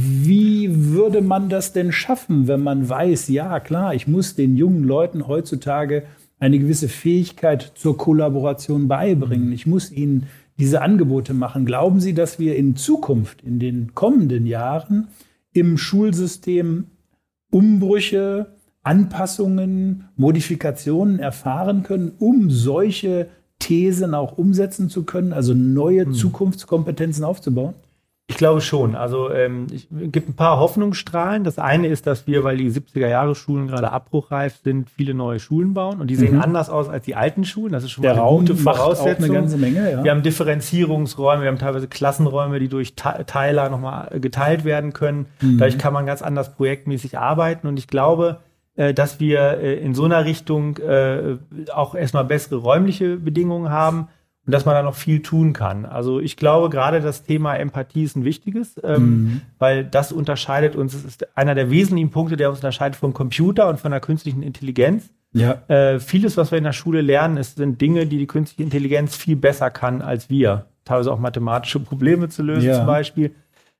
Wie würde man das denn schaffen, wenn man weiß, ja klar, ich muss den jungen Leuten heutzutage eine gewisse Fähigkeit zur Kollaboration beibringen. Ich muss ihnen diese Angebote machen. Glauben Sie, dass wir in Zukunft, in den kommenden Jahren im Schulsystem Umbrüche, Anpassungen, Modifikationen erfahren können, um solche Thesen auch umsetzen zu können, also neue Zukunftskompetenzen aufzubauen? Ich glaube schon. Also es gibt ein paar Hoffnungsstrahlen. Das eine ist, dass wir, weil die 70er-Jahre-Schulen gerade abbruchreif sind, viele neue Schulen bauen. Und die sehen anders aus als die alten Schulen. Das ist schon mal eine gute Voraussetzung. Auch eine ganze Menge, ja. Wir haben Differenzierungsräume, wir haben teilweise Klassenräume, die durch Teiler nochmal geteilt werden können. Dadurch kann man ganz anders projektmäßig arbeiten. Und ich glaube, dass wir in so einer Richtung auch erstmal bessere räumliche Bedingungen haben. Und dass man da noch viel tun kann. Also ich glaube, gerade das Thema Empathie ist ein wichtiges, weil das unterscheidet uns, das ist einer der wesentlichen Punkte, der uns unterscheidet vom Computer und von der künstlichen Intelligenz. Ja. Vieles, was wir in der Schule lernen, sind Dinge, die künstliche Intelligenz viel besser kann als wir. Teilweise auch mathematische Probleme zu lösen zum Beispiel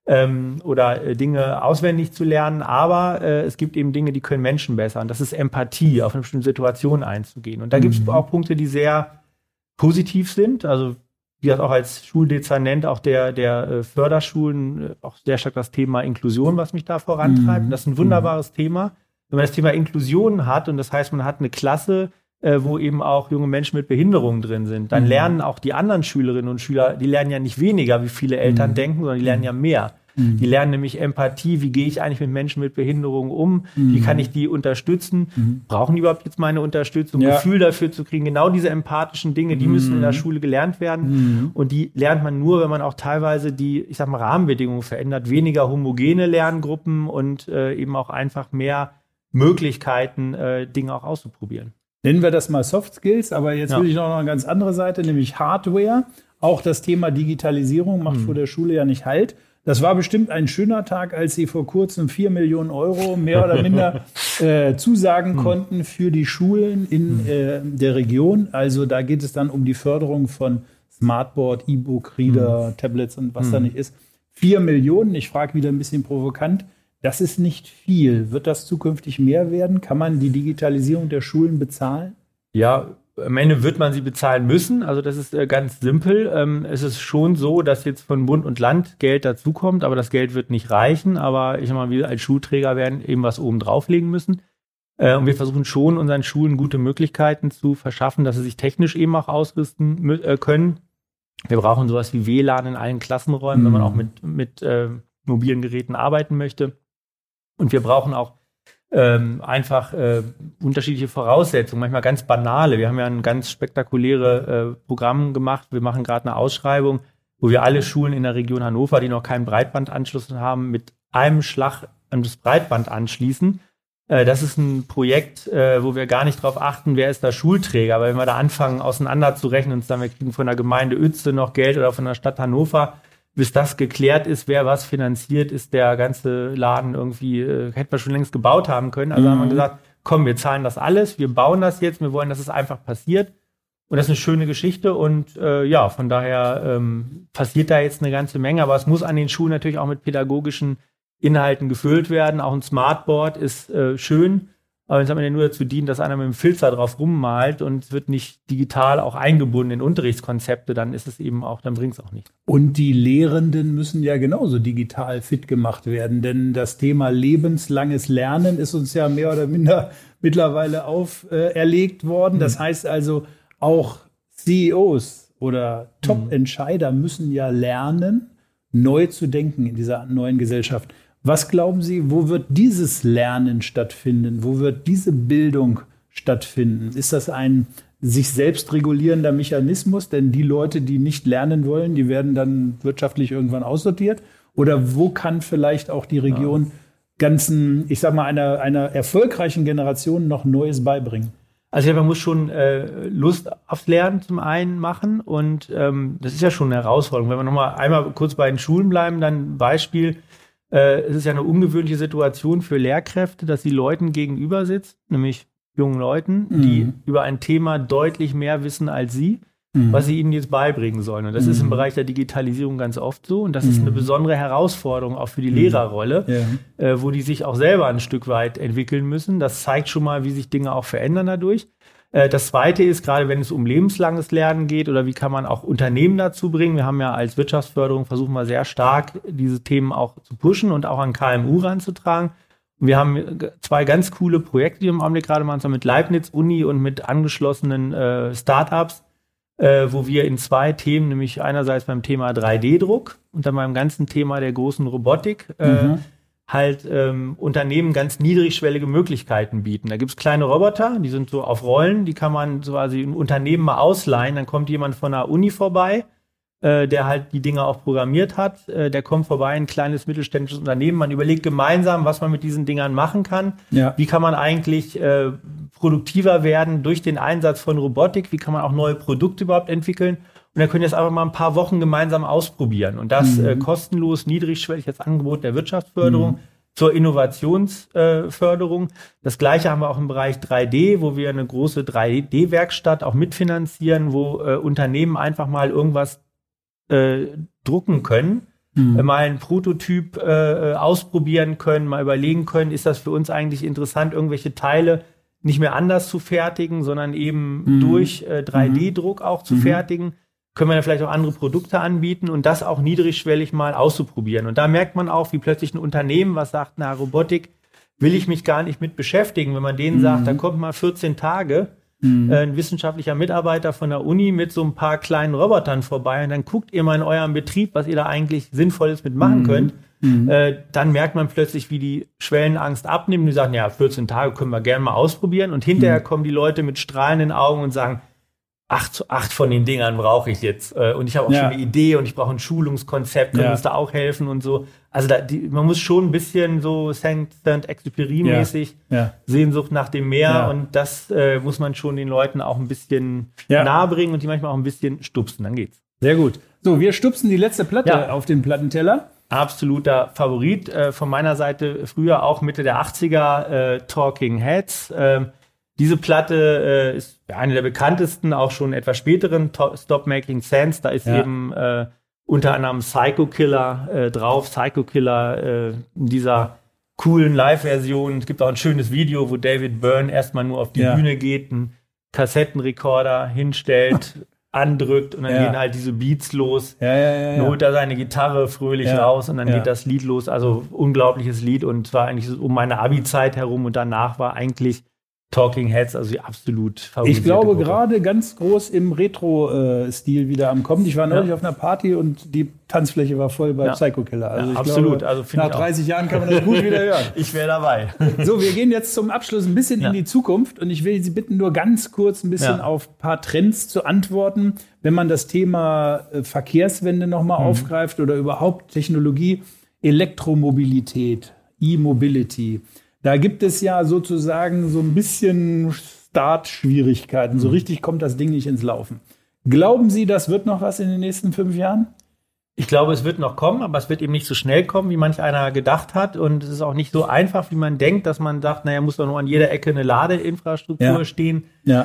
oder Dinge auswendig zu lernen. Aber es gibt eben Dinge, die können Menschen besser. Und das ist Empathie, auf eine bestimmte Situation einzugehen. Und da gibt es auch Punkte, die sehr positiv sind, also wie gesagt auch als Schuldezernent auch der Förderschulen auch sehr stark das Thema Inklusion, was mich da vorantreibt. Und das ist ein wunderbares Thema. Wenn man das Thema Inklusion hat und das heißt, man hat eine Klasse, wo eben auch junge Menschen mit Behinderungen drin sind, dann lernen auch die anderen Schülerinnen und Schüler, die lernen ja nicht weniger, wie viele Eltern denken, sondern die lernen ja mehr. Die lernen nämlich Empathie, wie gehe ich eigentlich mit Menschen mit Behinderungen um, wie kann ich die unterstützen, brauchen die überhaupt jetzt meine Unterstützung, Gefühl dafür zu kriegen, genau diese empathischen Dinge, die müssen in der Schule gelernt werden und die lernt man nur, wenn man auch teilweise die, ich sag mal, Rahmenbedingungen verändert, weniger homogene Lerngruppen und eben auch einfach mehr Möglichkeiten, Dinge auch auszuprobieren. Nennen wir das mal Soft Skills, aber jetzt will ich noch eine ganz andere Seite, nämlich Hardware. Auch das Thema Digitalisierung macht vor der Schule ja nicht Halt. Das war bestimmt ein schöner Tag, als Sie vor kurzem 4 Millionen Euro mehr oder minder zusagen konnten für die Schulen in der Region. Also da geht es dann um die Förderung von Smartboard, E-Book, Reader, Tablets und was da nicht ist. 4 Millionen, ich frage wieder ein bisschen provokant, das ist nicht viel. Wird das zukünftig mehr werden? Kann man die Digitalisierung der Schulen bezahlen? Ja, am Ende wird man sie bezahlen müssen. Also das ist ganz simpel. Es ist schon so, dass jetzt von Bund und Land Geld dazukommt, aber das Geld wird nicht reichen. Aber ich sag mal, wir als Schulträger werden eben was oben drauflegen müssen. Und wir versuchen schon, unseren Schulen gute Möglichkeiten zu verschaffen, dass sie sich technisch eben auch ausrüsten können. Wir brauchen sowas wie WLAN in allen Klassenräumen, wenn man auch mit mobilen Geräten arbeiten möchte. Und wir brauchen auch einfach unterschiedliche Voraussetzungen, manchmal ganz banale. Wir haben ja ein ganz spektakuläres Programm gemacht. Wir machen gerade eine Ausschreibung, wo wir alle Schulen in der Region Hannover, die noch keinen Breitbandanschluss haben, mit einem Schlag an das Breitband anschließen. Das ist ein Projekt, wo wir gar nicht darauf achten, wer ist da Schulträger. Aber wenn wir da anfangen, auseinanderzurechnen, uns dann, wir kriegen von der Gemeinde Uetze noch Geld oder von der Stadt Hannover, bis das geklärt ist, wer was finanziert, ist der ganze Laden irgendwie, hätten wir schon längst gebaut haben können. Also haben wir gesagt, komm, wir zahlen das alles, wir bauen das jetzt, wir wollen, dass es einfach passiert. Und das ist eine schöne Geschichte und von daher passiert da jetzt eine ganze Menge. Aber es muss an den Schulen natürlich auch mit pädagogischen Inhalten gefüllt werden. Auch ein Smartboard ist schön, Aber wenn es am Ende nur dazu dient, dass einer mit dem Filzer drauf rummalt und es wird nicht digital auch eingebunden in Unterrichtskonzepte, dann ist es eben auch, dann bringt es auch nicht. Und die Lehrenden müssen ja genauso digital fit gemacht werden, denn das Thema lebenslanges Lernen ist uns ja mehr oder minder mittlerweile auferlegt worden. Das heißt also, auch CEOs oder Top-Entscheider müssen ja lernen, neu zu denken in dieser neuen Gesellschaft. Was glauben Sie, wo wird dieses Lernen stattfinden? Wo wird diese Bildung stattfinden? Ist das ein sich selbst regulierender Mechanismus? Denn die Leute, die nicht lernen wollen, die werden dann wirtschaftlich irgendwann aussortiert. Oder wo kann vielleicht auch die Region ganzen, ich sag mal, einer erfolgreichen Generation noch Neues beibringen? Also man muss schon Lust aufs Lernen zum einen machen und das ist ja schon eine Herausforderung. Wenn wir nochmal einmal kurz bei den Schulen bleiben, dann ein Beispiel. Es ist ja eine ungewöhnliche Situation für Lehrkräfte, dass sie Leuten gegenüber sitzen, nämlich jungen Leuten, die über ein Thema deutlich mehr wissen als sie, was sie ihnen jetzt beibringen sollen. Und das ist im Bereich der Digitalisierung ganz oft so. Und das ist eine besondere Herausforderung auch für die Lehrerrolle, wo die sich auch selber ein Stück weit entwickeln müssen. Das zeigt schon mal, wie sich Dinge auch verändern dadurch. Das Zweite ist, gerade wenn es um lebenslanges Lernen geht oder wie kann man auch Unternehmen dazu bringen. Wir haben ja als Wirtschaftsförderung versuchen wir sehr stark, diese Themen auch zu pushen und auch an KMU ranzutragen. Und wir haben 2 ganz coole Projekte, die wir im Augenblick gerade machen, mit Leibniz Uni und mit angeschlossenen Startups, wo wir in 2 Themen, nämlich einerseits beim Thema 3D-Druck und dann beim ganzen Thema der großen Robotik, Unternehmen ganz niedrigschwellige Möglichkeiten bieten. Da gibt es kleine Roboter, die sind so auf Rollen, die kann man so quasi im Unternehmen mal ausleihen. Dann kommt jemand von der Uni vorbei, der halt die Dinge auch programmiert hat. Der kommt vorbei, ein kleines mittelständisches Unternehmen. Man überlegt gemeinsam, was man mit diesen Dingern machen kann. Ja. Wie kann man eigentlich produktiver werden durch den Einsatz von Robotik? Wie kann man auch neue Produkte überhaupt entwickeln? Und dann können wir das einfach mal ein paar Wochen gemeinsam ausprobieren. Und das kostenlos, niedrigschwellig als Angebot der Wirtschaftsförderung zur Innovationsförderung. Das Gleiche haben wir auch im Bereich 3D, wo wir eine große 3D-Werkstatt auch mitfinanzieren, wo Unternehmen einfach mal irgendwas drucken können, mal einen Prototyp ausprobieren können, mal überlegen können, ist das für uns eigentlich interessant, irgendwelche Teile nicht mehr anders zu fertigen, sondern eben durch 3D-Druck auch zu fertigen. Können wir dann vielleicht auch andere Produkte anbieten und das auch niedrigschwellig mal auszuprobieren. Und da merkt man auch, wie plötzlich ein Unternehmen, was sagt, na, Robotik will ich mich gar nicht mit beschäftigen. Wenn man denen sagt, dann kommt mal 14 Tage ein wissenschaftlicher Mitarbeiter von der Uni mit so ein paar kleinen Robotern vorbei und dann guckt ihr mal in eurem Betrieb, was ihr da eigentlich Sinnvolles mitmachen könnt. Dann merkt man plötzlich, wie die Schwellenangst abnimmt und die sagen, ja, 14 Tage können wir gerne mal ausprobieren. Und hinterher kommen die Leute mit strahlenden Augen und sagen, 8 von den Dingern brauche ich jetzt. Und ich habe auch schon eine Idee und ich brauche ein Schulungskonzept, können uns da auch helfen und so. Also man muss schon ein bisschen so Saint-Exupéry-mäßig Sehnsucht nach dem Meer und das muss man schon den Leuten auch ein bisschen nahebringen und die manchmal auch ein bisschen stupsen, dann geht's. Sehr gut. So, wir stupsen die letzte Platte auf den Plattenteller. Absoluter Favorit von meiner Seite, früher auch Mitte der 80er, Talking Heads. Diese Platte ist eine der bekanntesten, auch schon etwas späteren, Stop Making Sense. Da ist eben unter anderem Psycho Killer drauf. Psycho Killer in dieser coolen Live-Version. Es gibt auch ein schönes Video, wo David Byrne erstmal nur auf die Bühne geht, einen Kassettenrekorder hinstellt, andrückt und dann gehen halt diese Beats los. Dann holt er seine Gitarre fröhlich raus und dann geht das Lied los. Also unglaubliches Lied und zwar eigentlich um meine Abi-Zeit herum und danach war eigentlich Talking Heads, also die absolut favorisierte Ich glaube, Gruppe. gerade ganz groß im Retro-Stil wieder am Kommen. Ich war neulich auf einer Party und die Tanzfläche war voll bei Psycho Killer. Also ich absolut. Glaube, also nach 30 Jahren kann man das gut wieder hören. Ich wäre dabei. So, wir gehen jetzt zum Abschluss ein bisschen in die Zukunft und ich will Sie bitten, nur ganz kurz ein bisschen auf ein paar Trends zu antworten. Wenn man das Thema Verkehrswende nochmal aufgreift oder überhaupt Technologie, Elektromobilität, E-Mobility. Da gibt es ja sozusagen so ein bisschen Startschwierigkeiten. So richtig kommt das Ding nicht ins Laufen. Glauben Sie, das wird noch was in den nächsten 5 Jahren? Ich glaube, es wird noch kommen, aber es wird eben nicht so schnell kommen, wie manch einer gedacht hat. Und es ist auch nicht so einfach, wie man denkt, dass man sagt, naja, muss doch nur an jeder Ecke eine Ladeinfrastruktur stehen.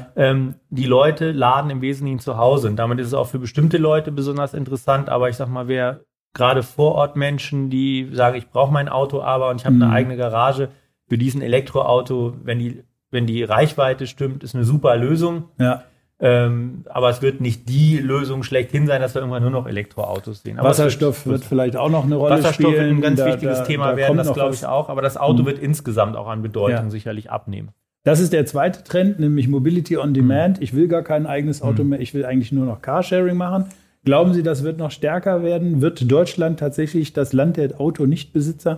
Die Leute laden im Wesentlichen zu Hause. Und damit ist es auch für bestimmte Leute besonders interessant. Aber ich sag mal, wer gerade Vorortmenschen, die sagen, ich brauche mein Auto aber und ich habe eine eigene Garage, für diesen Elektroauto, wenn die wenn die Reichweite stimmt, ist eine super Lösung. Ja. Aber es wird nicht die Lösung schlechthin sein, dass wir irgendwann nur noch Elektroautos sehen. Aber Wasserstoff wird vielleicht auch noch eine Rolle spielen. Wasserstoff wird ein ganz wichtiges Thema werden, das glaube ich auch. Aber das Auto wird insgesamt auch an Bedeutung sicherlich abnehmen. Das ist der zweite Trend, nämlich Mobility on Demand. Ich will gar kein eigenes Auto mehr, ich will eigentlich nur noch Carsharing machen. Glauben Sie, das wird noch stärker werden? Wird Deutschland tatsächlich das Land der Autonichtbesitzer?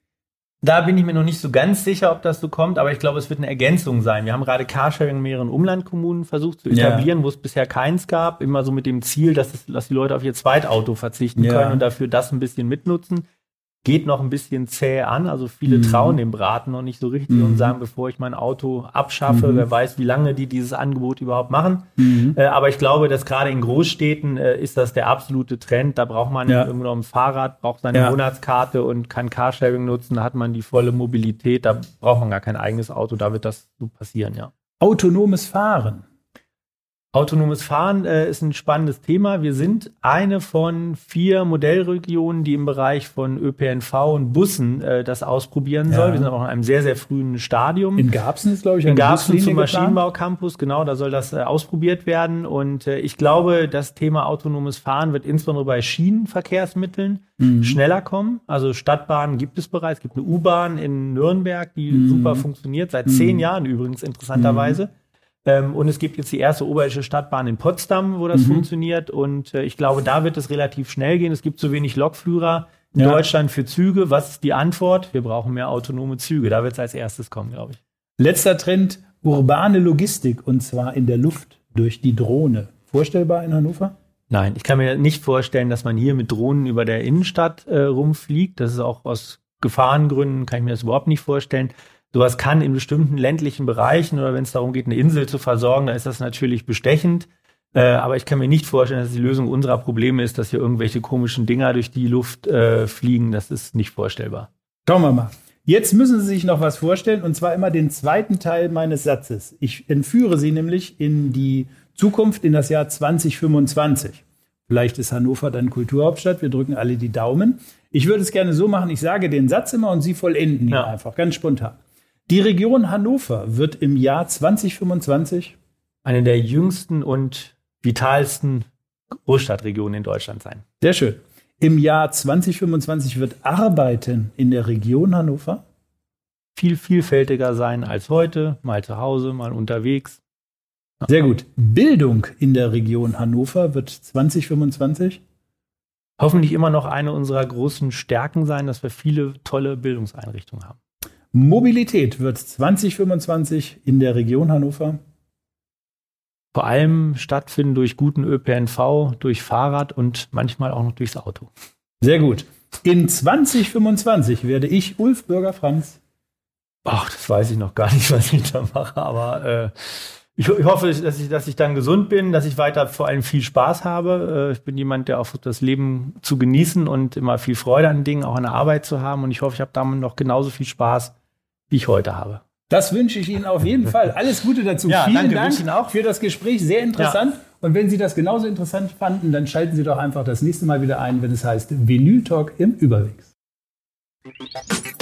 Da bin ich mir noch nicht so ganz sicher, ob das so kommt, aber ich glaube, es wird eine Ergänzung sein. Wir haben gerade Carsharing in mehreren Umlandkommunen versucht zu etablieren, wo es bisher keins gab. Immer so mit dem Ziel, dass die Leute auf ihr Zweitauto verzichten können und dafür das ein bisschen mitnutzen. Geht noch ein bisschen zäh an, also viele trauen dem Braten noch nicht so richtig und sagen, bevor ich mein Auto abschaffe, wer weiß, wie lange die dieses Angebot überhaupt machen. Aber ich glaube, dass gerade in Großstädten ist das der absolute Trend. Da braucht man irgendwo noch ein Fahrrad, braucht seine Monatskarte und kann Carsharing nutzen. Da hat man die volle Mobilität, da braucht man gar kein eigenes Auto, da wird das so passieren, ja. Autonomes Fahren. Autonomes Fahren ist ein spannendes Thema. Wir sind eine von 4 Modellregionen, die im Bereich von ÖPNV und Bussen das ausprobieren soll. Wir sind auch in einem sehr, sehr frühen Stadium. In Garbsen ist, glaube ich, in Garbsen zum Maschinenbau-Campus, genau, da soll das ausprobiert werden. Und ich glaube, das Thema autonomes Fahren wird insbesondere bei Schienenverkehrsmitteln schneller kommen. Also Stadtbahnen gibt es bereits. Es gibt eine U-Bahn in Nürnberg, die super funktioniert, seit 10 Jahren übrigens interessanterweise. Und es gibt jetzt die erste oberirdische Stadtbahn in Potsdam, wo das funktioniert. Und ich glaube, da wird es relativ schnell gehen. Es gibt zu wenig Lokführer in Deutschland für Züge. Was ist die Antwort? Wir brauchen mehr autonome Züge. Da wird es als erstes kommen, glaube ich. Letzter Trend, urbane Logistik. Und zwar in der Luft durch die Drohne. Vorstellbar in Hannover? Nein, ich kann mir nicht vorstellen, dass man hier mit Drohnen über der Innenstadt rumfliegt. Das ist auch aus Gefahrengründen, kann ich mir das überhaupt nicht vorstellen. Sowas kann in bestimmten ländlichen Bereichen oder wenn es darum geht, eine Insel zu versorgen, dann ist das natürlich bestechend. Aber ich kann mir nicht vorstellen, dass die Lösung unserer Probleme ist, dass hier irgendwelche komischen Dinger durch die Luft fliegen. Das ist nicht vorstellbar. Schauen wir mal. Jetzt müssen Sie sich noch was vorstellen, und zwar immer den zweiten Teil meines Satzes. Ich entführe Sie nämlich in die Zukunft, in das Jahr 2025. Vielleicht ist Hannover dann Kulturhauptstadt. Wir drücken alle die Daumen. Ich würde es gerne so machen, ich sage den Satz immer und Sie vollenden ihn einfach, ganz spontan. Die Region Hannover wird im Jahr 2025 eine der jüngsten und vitalsten Großstadtregionen in Deutschland sein. Sehr schön. Im Jahr 2025 wird Arbeiten in der Region Hannover viel vielfältiger sein als heute, mal zu Hause, mal unterwegs. Sehr gut. Bildung in der Region Hannover wird 2025 hoffentlich immer noch eine unserer großen Stärken sein, dass wir viele tolle Bildungseinrichtungen haben. Mobilität wird 2025 in der Region Hannover vor allem stattfinden durch guten ÖPNV, durch Fahrrad und manchmal auch noch durchs Auto. Sehr gut. In 2025 werde ich, Ulf Bürger-Franz. Ach, das weiß ich noch gar nicht, was ich da mache, aber ich hoffe, dass ich dann gesund bin, dass ich weiter vor allem viel Spaß habe. Ich bin jemand, der auch das Leben zu genießen und immer viel Freude an Dingen, auch an der Arbeit zu haben. Und ich hoffe, ich habe damit noch genauso viel Spaß, wie ich heute habe. Das wünsche ich Ihnen auf jeden Fall. Alles Gute dazu. Ja, Vielen danke, Dank Ihnen auch für das Gespräch. Sehr interessant. Ja. Und wenn Sie das genauso interessant fanden, dann schalten Sie doch einfach das nächste Mal wieder ein, wenn es heißt Vinyl Talk im Überwegs.